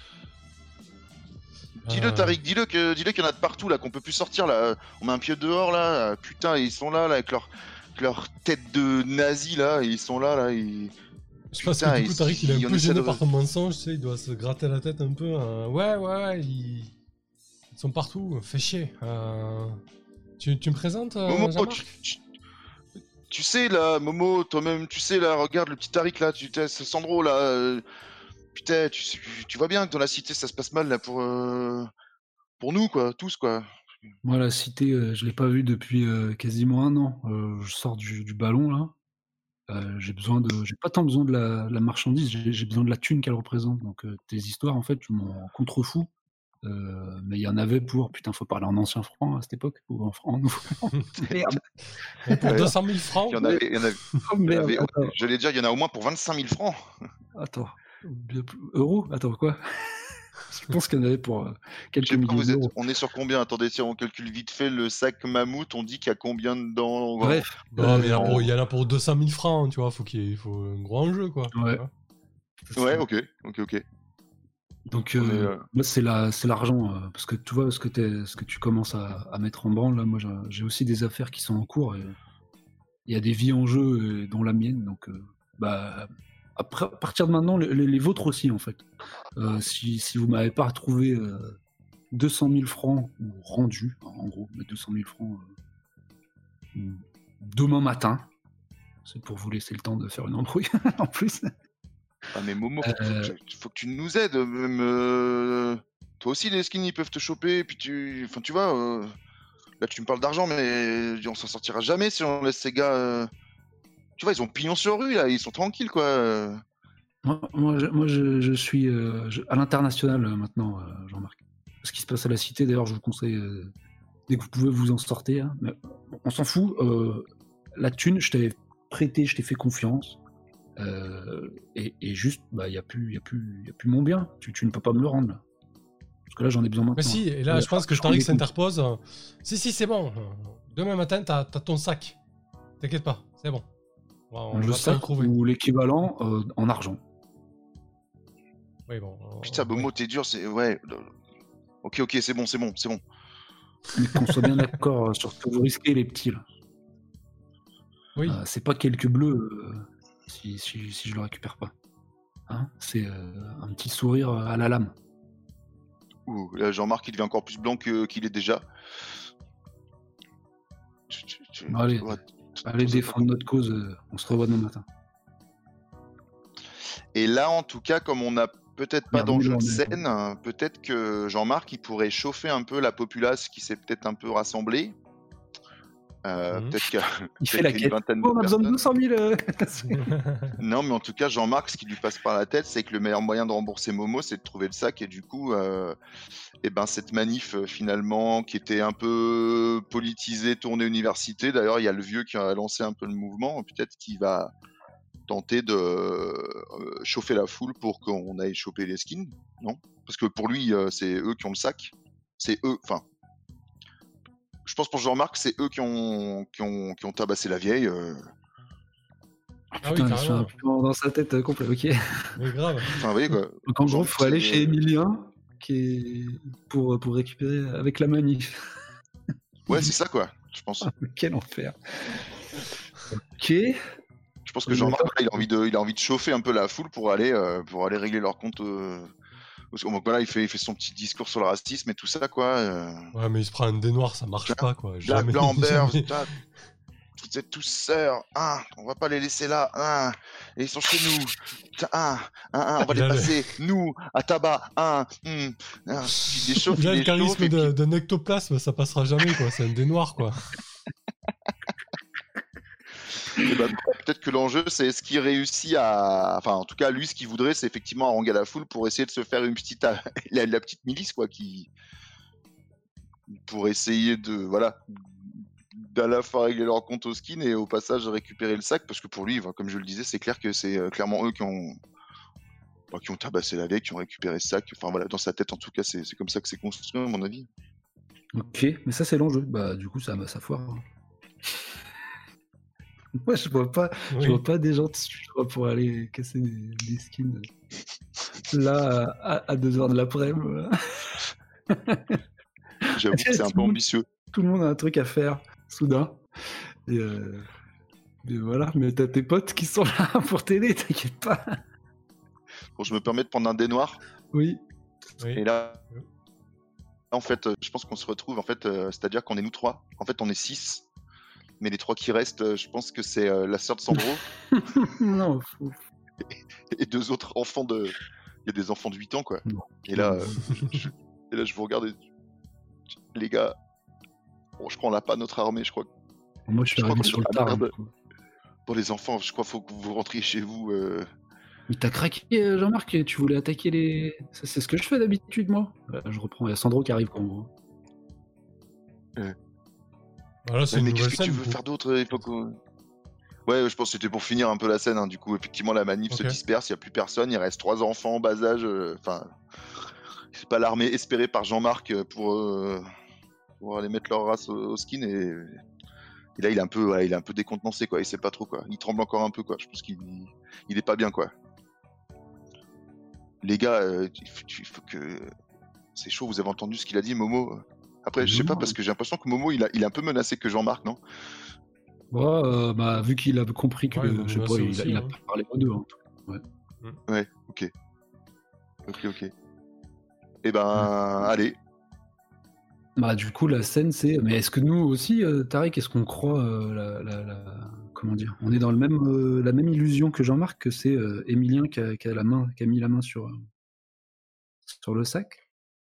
Dis-le, Ah. Tariq, dis-le que dis-le qu'il y en a de partout là, qu'on peut plus sortir là. On met un pied dehors là, putain, ils sont là là avec leur, avec leur tête de nazi là, ils sont là là. Ils... Je pense Putain, que du coup, ils- Tariq, il est ils- un on peu essaie gêné de- par ton mensonge, tu sais, il doit se gratter la tête un peu. hein. Ouais, ouais, ouais, ils... ils sont partout, fais chier. Euh, Tu, tu me présentes, euh, Momo, Jean-Marc tu, tu- tu sais là, Momo, toi-même, tu sais là, regarde le petit Tariq là, tu sais, c'est Sandro là. euh, Putain, tu, sais- tu vois bien que dans la cité ça se passe mal là pour euh, pour nous quoi, tous quoi. Moi, la cité, euh, je l'ai pas vue depuis euh, quasiment un an. Euh, je sors du, du ballon là. Euh, j'ai besoin de, j'ai pas tant besoin de la, la marchandise, j'ai j'ai besoin de la thune qu'elle représente. Donc euh, tes histoires, en fait, je m'en contrefous. Euh, mais il y en avait pour, putain, faut parler en ancien franc à cette époque ou en franc nouveau. Merde. Et pour Ouais. deux cent mille francs Il y en avait, il y en avait- Oh il y en merde. avait- Attends, j'allais dire, il y en a au moins pour vingt-cinq mille francs. attends. Bien plus- Euros? Attends, quoi? Je pense qu'il y en avait pour euh, Je quelques sais pas, milliers vous êtes, d'euros. on est sur combien? Attendez, si on calcule vite fait le sac mammouth, on dit qu'il y a combien dedans? Bref. Bon, mais il y, en a euh, pour- il y en a pour deux cent mille francs, tu vois, faut qu'il y ait- faut un gros enjeu, quoi. Ouais. tu vois. Ouais, ok, ok, ok. Donc, On est, euh, euh, moi, c'est la, c'est l'argent, euh, parce que tu vois ce que, t'es- ce que tu commences à, à mettre en branle. Là, moi, j'ai- j'ai aussi des affaires qui sont en cours. et Il y a des vies en jeu, euh, dont la mienne. Donc, euh, bah, après, à partir de maintenant, les, les- les vôtres aussi, en fait. Euh, si, si vous m'avez pas retrouvé euh, deux cent mille francs ou rendus, en gros, mais deux cent mille francs euh, demain matin, c'est pour vous laisser le temps de faire une embrouille en plus. Ah mais Momo, faut, faut Euh, que tu, faut que tu nous aides. Même, euh, toi aussi, les skins, ils peuvent te choper. Et puis tu, enfin, tu vois, euh, là, tu me parles d'argent, mais on s'en sortira jamais si on laisse ces gars. euh, Tu vois, ils ont pignon sur rue là, ils sont tranquilles quoi. euh. Moi, moi, je, moi, je- je suis euh, je- à l'international euh, maintenant, euh, Jean-Marc. Ce qui se passe à la cité, d'ailleurs, je vous conseille, euh, dès que vous pouvez vous en sortir. hein. Mais on s'en fout. euh, la thune, je t'avais prêté, je t'ai fait confiance. euh, et, et juste, il bah, n'y a, plus- y a, plus- y a plus mon bien. Tu, tu ne peux pas me le rendre. Là. Parce que là, j'en ai besoin maintenant. Mais si, et là, Ouais, je pense que je Tariq prends des s'interpose. euh, Si, si, c'est bon. Demain matin, t'as t'as ton sac. T'inquiète pas, c'est bon. On va- on Le va te sac retrouver. ou l'équivalent euh, en argent. Oui, bon. euh, Putain, ouais. Momo, t'es dur, c'est ouais. le- Ok, ok, c'est bon, c'est bon, c'est bon. Mais qu'on soit bien d'accord euh, sur ce que vous risquez, les petits. Là. Oui. Euh, c'est pas quelques bleus euh, si, si, si je le récupère pas. Hein, c'est euh, un petit sourire à la lame. Ouh, là, Jean-Marc, il devient encore plus blanc que- qu'il est déjà. tu, tu, tu, Allez, tu vois, t- allez tout ça défendre notre cause. euh, On se revoit demain matin. Et là, en tout cas, comme on n'a peut-être pas Merde, mais d'enjeu là, de on est- scène, hein, peut-être que Jean-Marc, il pourrait chauffer un peu la populace qui s'est peut-être un peu rassemblée. Euh, Mhm. Peut-être qu'il y a, Il fait peut-être la qu'il y a une quête. vingtaine Oh, de on a besoin de personnes. deux cent mille. euh, Non, mais en tout cas, Jean-Marc, ce qui lui passe par la tête, c'est que le meilleur moyen de rembourser Momo, c'est de trouver le sac. Et du coup, euh, eh ben, cette manif, euh, finalement, qui était un peu politisée, tournée université, d'ailleurs, il y a le vieux qui a lancé un peu le mouvement, peut-être qu'il va tenter de euh, chauffer la foule pour qu'on aille choper les skins, non? Parce que pour lui, euh, c'est eux qui ont le sac. C'est eux, enfin, je pense pour Jean-Marc, c'est eux qui ont, qui ont, qui ont tabassé la vieille. euh. Ah oui, Putain, je suis un carrément. peu dans sa tête euh, complet. Ok. Mais grave. Enfin, vous voyez quoi. Donc en gros, Jean-Marc, faut aller c'est- chez Emilien qui est pour pour récupérer avec la manif. Ouais, c'est ça quoi, je pense. Ah, mais quel enfer. Ok. Je pense que Oui, Jean-Marc, d'accord. là, il a envie de, il a envie de chauffer un peu la foule pour aller, euh, pour aller régler leur compte. euh, Parce que donc, voilà, il fait, il fait son petit discours sur le racisme et tout ça quoi. euh. Ouais, mais il se prend un dé noir, ça marche pas, quoi. Black, Jamais. blanc, beurre, jamais. putain, vous êtes tous sœurs, hein, on va pas les laisser là, hein, et ils sont chez nous, putain, hein, hein, hein, on va Il les a le- passer, nous, à tabac, hein, hum, hein. Il les chauffe, Il a il le les chauffe, charisme et puis, de- d'un ectoplasme, ça passera jamais, quoi. C'est un dé noir, quoi. et bah, peut-être que l'enjeu, c'est est-ce qu'il réussit à, enfin, en tout cas, lui, ce qu'il voudrait, c'est effectivement haranguer la foule pour essayer de se faire une petite, la, la petite milice, quoi, qui, pour essayer de, voilà, d'à la fois régler leur compte au skin et au passage récupérer le sac, parce que pour lui, enfin, comme je le disais, c'est clair que c'est euh, clairement eux qui ont, bah, qui ont tabassé la vieille, qui ont récupéré ce sac. Enfin voilà, dans sa tête en tout cas, c'est c'est comme ça que c'est construit à mon avis. Ok, mais ça c'est l'enjeu. Bah du coup ça ça foire. hein. Moi je vois pas, je Oui. vois pas des gens dessus quoi, pour aller casser des, des skins. Là à, à deux heures de l'après-midi. J'avoue que c'est un Tout peu le monde- ambitieux. Tout le monde a un truc à faire soudain. Et, euh, et voilà, mais t'as tes potes qui sont là pour t'aider, t'inquiète pas. Bon, je me permets de prendre un dé noir. Oui. Oui. Et là, en fait, euh, je pense qu'on se retrouve, en fait, euh, c'est-à-dire qu'on est nous trois. En fait, on est six. Mais les trois qui restent, euh, je pense que c'est euh, la sœur de Sandro non, faut... et deux autres enfants de. Il y a des enfants de huit ans, quoi. Non. Et là, euh, je, je- et là, je vous regarde et... Les gars, bon, je crois qu'on n'a pas notre armée, je crois. Moi je suis Je crois arrivé qu'on sur le est- tard. ah, hein, bah, quoi. Pour les enfants, je crois qu'il faut que vous rentriez chez vous. euh, Mais t'as craqué, euh, Jean-Marc, tu voulais attaquer les. Ça, c'est ce que je fais d'habitude, moi. Euh, je reprends, il y a Sandro qui arrive pour moi. Voilà, c'est Ouais, une mais nouvelle qu'est-ce que tu scène. veux du coup. faire d'autre? Il faut qu'on- Ouais, je pense que c'était pour finir un peu la scène. hein. Du coup, effectivement, la manif se Ok. disperse, il n'y a plus personne, il reste trois enfants en bas âge. euh, Enfin, c'est pas l'armée espérée par Jean-Marc euh, pour, euh, pour aller mettre leur race au, au skin. Et... et là, il est un peu, voilà, il est un peu décontenancé, quoi. Il sait pas trop, quoi. Il tremble encore un peu, quoi. Je pense qu'il il est pas bien, quoi. Les gars, euh, il faut, il faut que c'est chaud. Vous avez entendu ce qu'il a dit, Momo? Après, je sais pas Non. parce que j'ai l'impression que Momo, il a, il est un peu menacé que Jean-Marc, non? Ouais, euh, bah, vu qu'il a compris que, Ouais, il m'a je sais pas, menacé il, a- aussi, il a hein. pas parlé aux deux. hein. Ouais, ok. Ok, ok. Eh ben, allez. Bah, du coup, la scène, c'est. Mais est-ce que nous aussi, euh, Tarek, est-ce qu'on croit euh, la, la- la- Comment dire? On est dans le même, euh, la même illusion que Jean-Marc, que c'est euh, Emilien qui a, qui a la main, qui a mis la main sur, euh, sur le sac?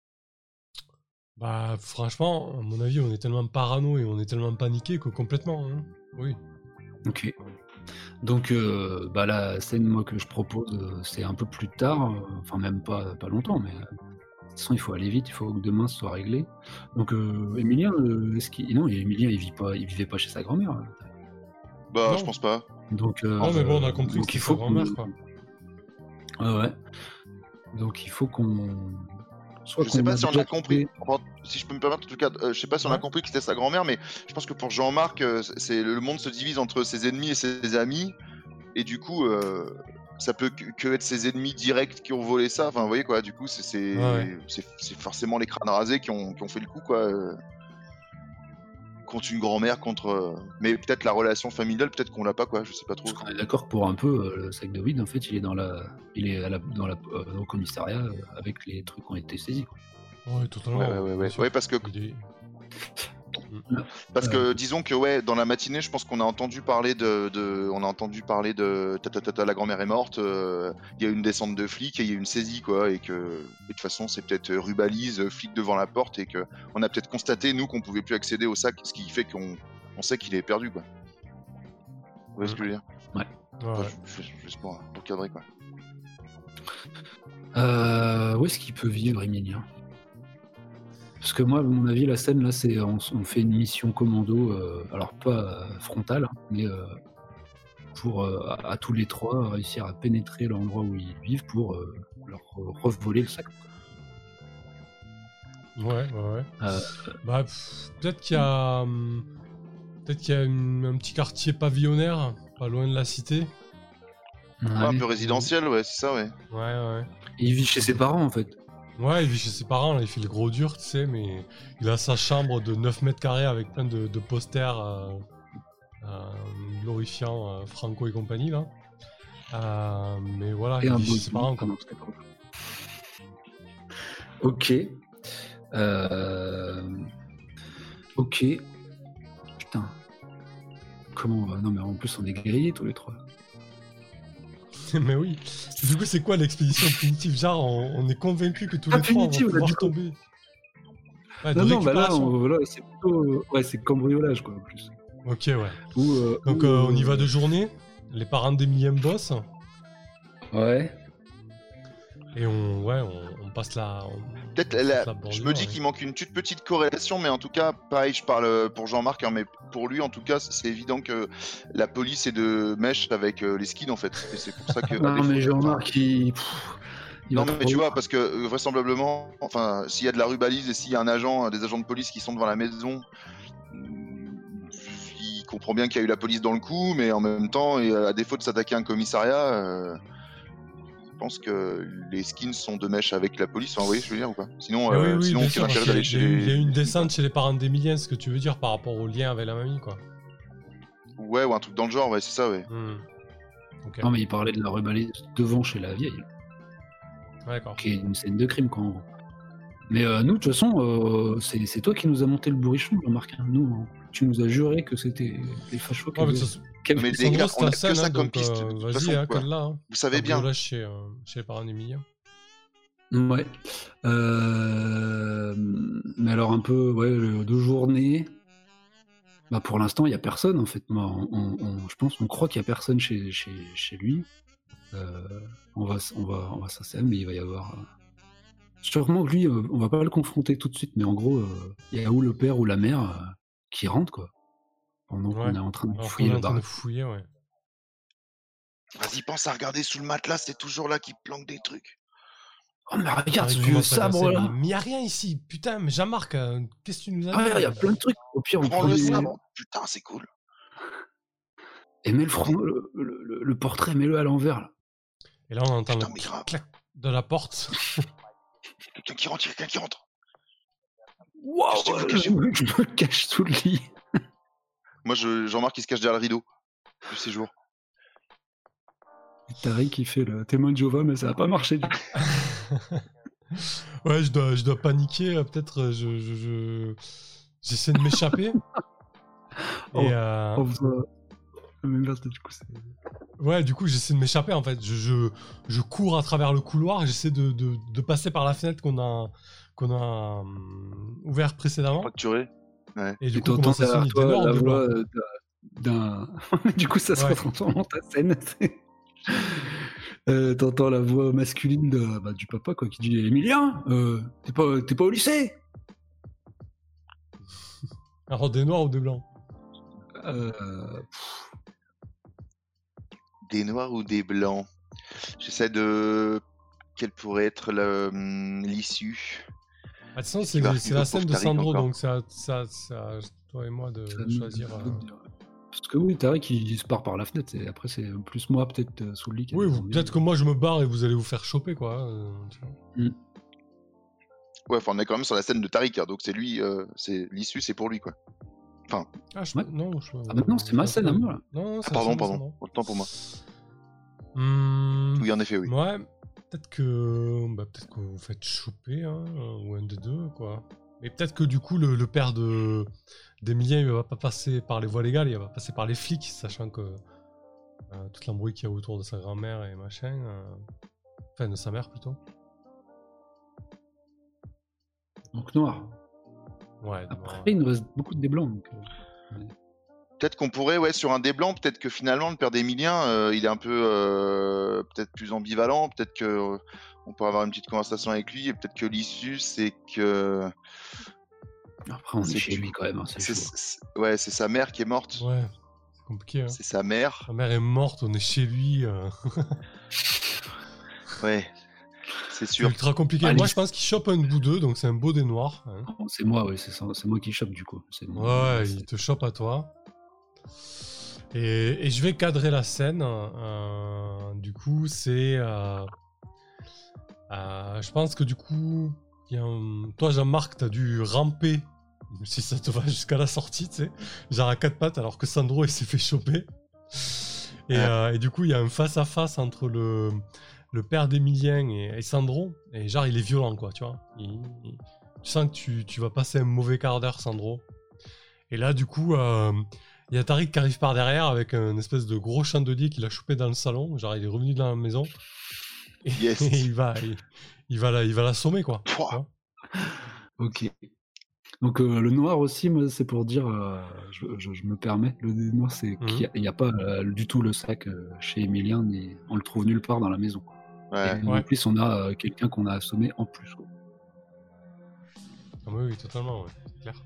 Bah, franchement, à mon avis, on est tellement parano et on est tellement paniqué que complètement. hein. Oui. Ok. Donc, euh, bah, la scène, moi, que je propose, euh, c'est un peu plus tard, euh, enfin, même pas, pas longtemps, mais. euh, de toute façon, il faut aller vite, il faut que demain ce soit réglé. Donc, euh, Emilien, euh, est-ce qu'il. Non, Emilien, il vit pas, il vivait pas chez sa grand-mère. hein. Bah, Non. je pense pas. Donc, euh, Non, mais bon, on a compris donc que il c'était faut sa grand-mère, qu'on- quoi. Ouais, ouais. Donc, il faut qu'on. Soit Je sais qu'on pas si on déjà a compris. trouvé- Enfin, si je peux me permettre, en tout cas, euh, je sais pas si on a Ouais. compris que c'était sa grand-mère, mais je pense que pour Jean-Marc, euh, c'est le monde se divise entre ses ennemis et ses amis, et du coup, euh, ça peut que, que être ses ennemis directs qui ont volé ça. Enfin, vous voyez quoi. Du coup, c'est c'est Ouais, ouais. c'est- c'est forcément les crânes rasés qui ont, qui ont fait le coup, quoi. euh, contre une grand-mère, contre. euh, Mais peut-être la relation familiale, peut-être qu'on l'a pas, quoi. Je sais pas trop. Parce qu'on est d'accord que pour un peu, euh, le sac de weed, en fait, il est dans la, il est à la, dans la, euh, au commissariat euh, avec les trucs qui ont été saisis. quoi. Ouais, totalement. Ouais, ouais, ouais, bien ouais. sûr. Ouais, parce que Il est- Parce que disons que ouais, dans la matinée, je pense qu'on a entendu parler de, de on a entendu parler de ta, ta, ta, ta, la grand-mère est morte. Il euh, y a eu une descente de flics et il y a eu une saisie quoi, et que et de toute façon c'est peut-être rubalise, flic devant la porte et que on a peut-être constaté nous qu'on pouvait plus accéder au sac, ce qui fait qu'on on sait qu'il est perdu quoi. Vous voyez mmh. ce que je veux dire? Ouais. Enfin, ouais. Juste pour, pour cadrer quoi. Euh, où est-ce qu'il peut vivre, Emilien? Parce que moi, à mon avis, la scène, là, c'est on, on fait une mission commando, euh, alors pas euh, frontale, mais euh, pour, euh, à, à tous les trois, réussir à pénétrer l'endroit où ils vivent pour euh, leur revoler le sac. Ouais, ouais, ouais. Euh, bah, pff, peut-être qu'il y a, hum, peut-être qu'il y a une, un petit quartier pavillonnaire, pas loin de la cité. Ouais, un peu résidentiel, ouais, c'est ça, ouais. Ouais, ouais. Et il vit chez ses parents, en fait. Ouais, il vit chez ses parents, là, il fait le gros dur, tu sais, mais il a sa chambre de neuf mètres carrés avec plein de, de posters euh, euh, glorifiant euh, Franco et compagnie, là. Euh, mais voilà, et il un vit chez ses parents, quoi. Ok. Euh... Ok. Putain. Comment on va... Non, mais en plus, on est grillés tous les trois. Mais oui. Du coup, c'est quoi l'expédition primitive? Genre, on, on est convaincu que tous ah, les trois vont pouvoir tomber. Ouais, non, non, bah là, on, voilà, c'est plutôt... Ouais, c'est cambriolage, quoi, en plus. Ok, ouais. Ou, euh, Donc, ou, euh, on y euh... va de journée. Les parents d'Emilien boss. Ouais. Et on, ouais, on, on passe la... Peut-être, la... je me dis ouais. qu'il manque une toute petite corrélation, mais en tout cas, pareil, je parle pour Jean-Marc, hein, mais pour lui, en tout cas, c'est évident que la police est de mèche avec euh, les skins, en fait. Et c'est pour ça que... non, mais Jean-Marc, il... il non, mais tu vois, parce que euh, vraisemblablement, enfin, s'il y a de la rubalise et s'il y a un agent, des agents de police qui sont devant la maison, il comprend bien qu'il y a eu la police dans le coup, mais en même temps, et à défaut de s'attaquer à un commissariat... Euh... Je pense que les skins sont de mèche avec la police, enfin, vous voyez ce que je veux dire ou pas? Sinon, euh, oui, oui, sinon aucun intérêt d'aller chez les... Il y a eu une descente chez les parents d'Emilien, ce que tu veux dire par rapport au lien avec la mamie, quoi. Ouais, ou un truc dans le genre, ouais, c'est ça, ouais. Mmh. Okay. Non, mais il parlait de la rebalise devant chez la vieille. D'accord. Qui est une scène de crime, quoi, en gros. Mais euh, nous, de toute façon, euh, c'est, c'est toi qui nous as monté le bourrichon, Jean-Marc. Nous, hein, tu nous as juré que c'était les fachos qui ouais, avaient... Mais les gars, on a que ça hein, comme donc, piste. Euh, de vas-y, façon, hein, code là. Hein. Vous savez bien. Là, chez, euh, chez les parents d'Emilien. Ouais. Euh... Mais alors un peu, ouais, le, de journée. Bah pour l'instant, il y a personne en fait. Moi, on, on, je pense, on croit qu'il y a personne chez, chez, chez lui. Euh, on va, on va, on va s'asseoir, mais il va y avoir. Euh... Sûrement que lui, euh, on va pas le confronter tout de suite, mais en gros, il euh, y a ou le père ou la mère euh, qui rentre quoi. Pendant ouais. qu'on est en train de alors fouiller le bar. De fouiller, ouais. Vas-y, pense à regarder sous le matelas, c'est toujours là qu'il planque des trucs. Oh mais regarde ce vieux sabre là. Mais y'a rien ici, putain, mais Jean-Marc, euh, qu'est-ce que tu nous as dit? Ah, il y a plein de trucs. Au pire, on prend le sabre. Putain, c'est cool. Et mets le, front, le, le, le, le portrait, mets-le à l'envers là. Et là, on entend putain, le clac de la porte. Quelqu'un qui rentre, quelqu'un qui rentre. Waouh, je, je me cache sous le lit. Moi, je, Jean-Marc, il se cache derrière le rideau du séjour. Tariq qui fait le témoin de Jéhovah, mais ça n'a pas marché du coup. Ouais, je dois, je dois paniquer, peut-être je, je, je... j'essaie de m'échapper. oh, et euh... oh, ça... du coup, c'est... Ouais, du coup, j'essaie de m'échapper en fait. Je, je, je cours à travers le couloir, j'essaie de, de, de passer par la fenêtre qu'on a, qu'on a um, ouvert précédemment. Fracturé. Ouais. Et du et coup, comment ça sonne toi, la voix d'un... Du coup, ça se ouais. retransforme en ta scène. Euh, t'entends la voix masculine de, bah, du papa quoi, qui dit Emilien, euh, t'es, pas, t'es pas au lycée? Alors des noirs ou des blancs? euh... Des noirs ou des blancs? J'essaie de... Quelle pourrait être le, l'issue? Ah, de toute façon, c'est, c'est, c'est la scène de Sandro, encore. Donc ça, ça, ça, toi et moi de, de choisir... Euh... Parce que oui, Tariq il, il se part par la fenêtre, et après c'est plus moi peut-être euh, sous le lit. Oui, vous, peut-être que moi je me barre et vous allez vous faire choper quoi. Euh, mm. Ouais, enfin on est quand même sur la scène de Tariq, hein, donc c'est lui, euh, c'est l'issue c'est pour lui quoi. Enfin. Ah, je... ouais. non, je... ah maintenant c'est ma scène à moi là. Non, non, ah, pardon, pardon, autant pour moi. Hum... Oui, en effet, oui. Ouais, peut-être que, bah, peut-être que vous faites choper, hein, ou un des deux quoi. Mais peut-être que du coup, le, le père de d'Emilien, il va pas passer par les voies légales, il va passer par les flics, sachant que euh, toute l'embrouille qu'il y a autour de sa grand-mère et machin. euh, Enfin, de sa mère plutôt. Donc noir. Ouais, Après, noir. il nous reste beaucoup de déblancs. Donc, euh, Peut-être qu'on pourrait, ouais, sur un des blancs, peut-être que finalement le père d'Emilien, euh, il est un peu, euh, peut-être plus ambivalent, peut-être que euh, on peut avoir une petite conversation avec lui, et peut-être que l'issue, c'est que Après, on est, c'est chez que- lui quand même, hein, c'est c'est, chaud. c'est- ouais, c'est sa mère qui est morte. Ouais, c'est compliqué. Hein. C'est sa mère. Sa mère est morte, on est chez lui. euh, Ouais, c'est C'est sûr. ultra compliqué. Ah, Moi, l'is- je pense qu'il chope un bout d'eux, donc c'est un beau des noirs. hein. Oh, c'est moi, oui, c'est ça, c'est moi qui chope du coup. C'est mon- Ouais, c'est- il te chope à toi. Et, et je vais cadrer la scène. euh, du coup, c'est. euh, euh, je pense que du coup, il y a un- toi, Jean-Marc, t'as dû ramper, si ça te va, jusqu'à la sortie, tu sais, genre à quatre pattes, alors que Sandro, il s'est fait choper. Et, Ah. euh, et du coup, il y a un face-à-face entre le, le père d'Emilien et, et Sandro. Et genre, il est violent, quoi, tu vois. Il- il- tu sens que tu, tu vas passer un mauvais quart d'heure, Sandro. Et là, du coup, euh, il y a Tariq qui arrive par derrière avec un espèce de gros chandelier qu'il a chopé dans le salon. Genre, il est revenu dans la maison. Et, Yes. et il va, il, il va la, il va l'assommer, quoi. tu Pouah. vois. Ok. Donc euh, le noir aussi, moi, c'est pour dire, euh, je, je- je me permets, le dé noir, c'est Mhm. qu'il n'y a, pas euh, du tout le sac euh, chez Emilien, ni, on le trouve nulle part dans la maison. Ouais. Et Ouais. en plus, on a euh, quelqu'un qu'on a assommé en plus. quoi. Ah, oui, oui, totalement, ouais, c'est clair.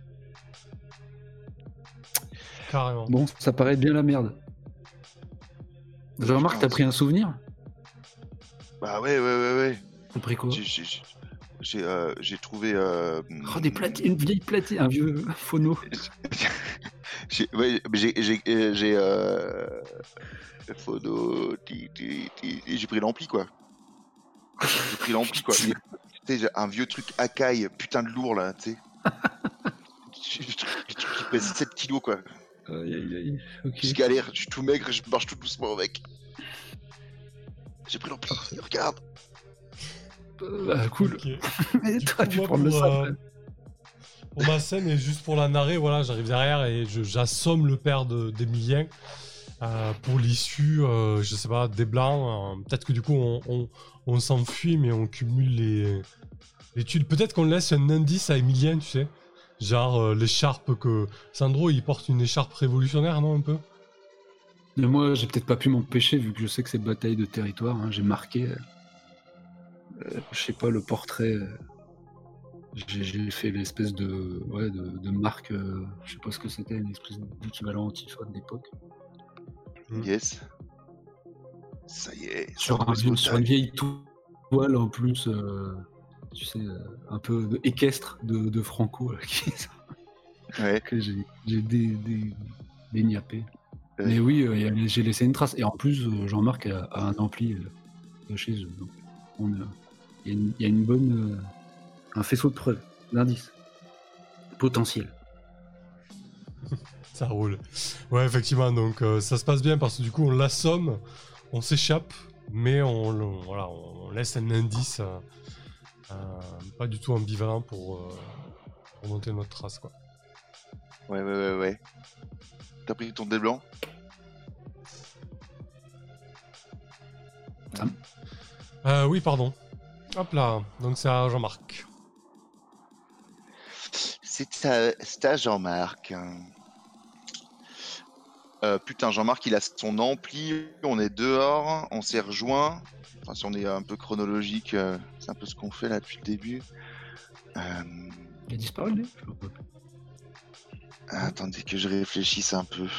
Carrément. Bon, ça paraît bien la merde. Jean-Marc, Putain, t'as pris un souvenir? Bah ouais, ouais, ouais, ouais. T'as pris quoi? J'ai, j'ai, j'ai, euh, j'ai trouvé. Euh, Oh, des platines, une vieille platine, un vieux phono. j'ai, ouais, mais j'ai, j'ai, euh, j'ai, euh, photo, ti- ti- ti- j'ai pris l'ampli quoi. J'ai pris l'ampli quoi. Il est- Tu sais, j'ai un vieux truc Akai, putain de lourd là, tu sais. Le truc le truc qui pèse sept kilos quoi. Aïe, aïe, aïe. Ok. Je galère, je suis tout maigre, je marche tout doucement avec. J'ai pris l'ampli, regarde. Euh, bah, cool. Ok. Mais Du t'aurais coup, pu moi, prendre le pour, sac. euh, Pour ma scène, et juste pour la narrer, voilà, j'arrive derrière et je- j'assomme le père de- d'Emilien. Euh, pour l'issue, euh, je sais pas, des blancs. euh, Peut-être que du coup, on, on- on s'enfuit, mais on cumule les, les tuiles. Peut-être qu'on laisse un indice à Emilien, tu sais. Genre euh, l'écharpe que. Sandro, il porte une écharpe révolutionnaire, non, un peu? Mais moi, j'ai peut-être pas pu m'empêcher, vu que je sais que c'est bataille de territoire. hein, j'ai marqué, euh, euh, je sais pas, le portrait. euh, j'ai, j'ai fait l'espèce de, ouais, de, de marque, euh, je sais pas ce que c'était, une espèce d'équivalent antifa de l'époque. Mm. Yes. Ça y est. Sur, Sandro un est vieux- au sur une tac. vieille toile en plus, euh, tu sais, euh, un peu de- équestre de, de Franco, là, qui- Ouais. que j'ai, j'ai dé, dé- déniappé. Ouais. Mais oui, euh, y a- j'ai laissé une trace. Et en plus, euh, Jean-Marc a, a un ampli euh, de chez eux. Donc, on a- il y, a une- il y a une bonne, euh, un faisceau de preuves, d'indices, potentiel. Ça roule. Ouais, effectivement, donc euh, ça se passe bien parce que du coup, on l'assomme, on s'échappe, mais on, le- voilà, on laisse un indice euh, euh, pas du tout ambivalent pour, euh, pour monter notre trace, quoi. Ouais, ouais, ouais, ouais. T'as pris ton dé blanc? Euh, oui, pardon. Hop là, donc c'est à Jean-Marc. C'est à, c'est à Jean-Marc. Euh, putain, Jean-Marc, il a son ampli, on est dehors, on s'est rejoint. Enfin, si on est un peu chronologique, euh, c'est un peu ce qu'on fait là depuis le début. Euh, Il a disparu, lui Je vois pas. attendez que je réfléchisse un peu.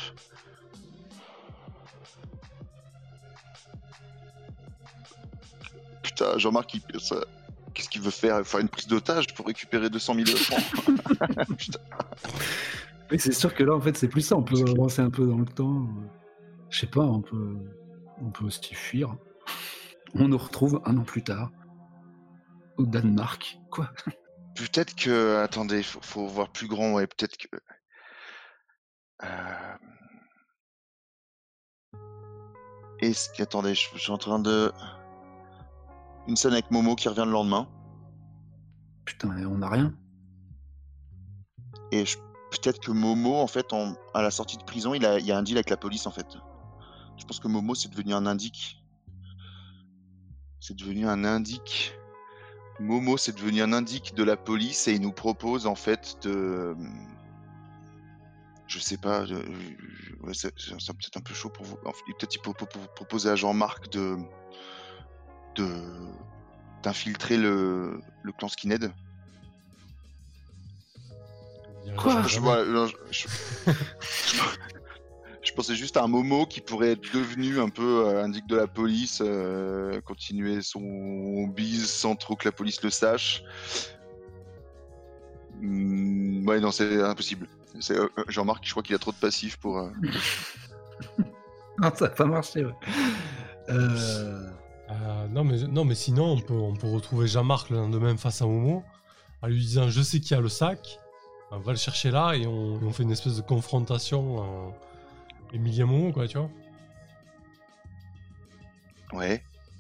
Putain, Jean-Marc, il- ça- qu'est-ce qu'il veut faire? Faire une prise d'otage pour récupérer deux cent mille francs? Putain. Oui, c'est sûr que là, en fait, c'est plus ça. On peut avancer un peu dans le temps. Je sais pas, on peut, on peut aussi fuir. On nous retrouve un an plus tard au Danemark. Quoi? Peut-être que. Attendez, faut, faut voir plus grand, ouais, peut-être que. Euh... Est-ce que. Attendez, je, je suis en train de. Une scène avec Momo qui revient le lendemain. Putain, on n'a rien. Et je- peut-être que Momo, en fait, en- à la sortie de prison, il a, il y a un deal avec la police, en fait. Je pense que Momo, c'est devenu un indique. C'est devenu un indique. Momo, c'est devenu un indique de la police et il nous propose, en fait, de. Je sais pas, de- je- ouais, c'est c'est- c'est peut-être un peu chaud pour vous. Enfin, peut-être il peut peut- peut proposer à Jean-Marc de. de d'infiltrer le, le clan Skinhead. Il y a- Quoi il y a Je, jamais- voilà, non, je- je- je pensais juste à un Momo qui pourrait être devenu un peu euh, indique de la police, euh, continuer son bise sans trop que la police le sache. Hmm, ouais, non, c'est impossible. C'est, euh, euh, Jean-Marc, je crois qu'il a trop de passifs pour. euh, Non, ça n'a pas marché, ouais. Euh... Euh, non, mais, non, mais sinon, on peut, on peut retrouver Jean-Marc le lendemain face à Momo, en lui disant je sais qui a le sac, on va le chercher là, et on, et on fait une espèce de confrontation euh, Emilien Momo, quoi, tu vois. Ouais.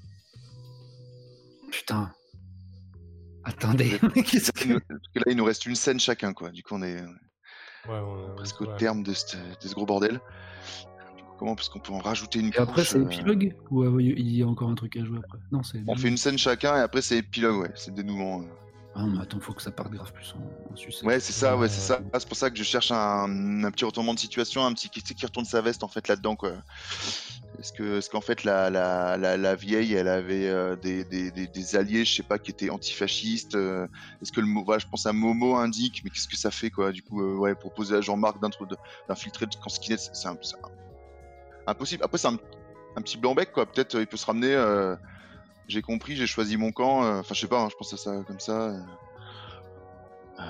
Putain. Attendez. Parce que là, il nous reste une scène chacun, quoi. Du coup, on est Ouais, on, on- presque ouais. au terme de, ce- de ce gros bordel. Du coup, comment, parce qu'on peut en rajouter une Et après, couche, c'est euh, épilogue Ou euh, il y a encore un truc à jouer après? Non, c'est. On fait une scène chacun et après, c'est épilogue, ouais. C'est dénouement. euh. Ah non, mais attends, faut que ça parte grave plus en, en sucette. Ouais, c'est ça, ouais, c'est Euh, ça. C'est pour ça que je cherche un, un petit retournement de situation, un petit qui, qui retourne sa veste en fait là-dedans, quoi. Est-ce que, est-ce qu'en fait la, la, la, la vieille, elle avait euh, des, des, des, des alliés, je sais pas, qui étaient antifascistes. euh, Est-ce que le mot, voilà, je pense à Momo indique, mais qu'est-ce que ça fait, quoi. Du coup, euh, ouais, proposer à Jean-Marc d'intro- de- d'infiltrer le camp Skinhead, c'est c'est un- c'est un- impossible. Après, c'est un, un petit blanc-bec, quoi. Peut-être euh, il peut se ramener. euh, J'ai compris, j'ai choisi mon camp. euh, Enfin, je sais pas, hein, je pense à ça comme ça. euh. Euh,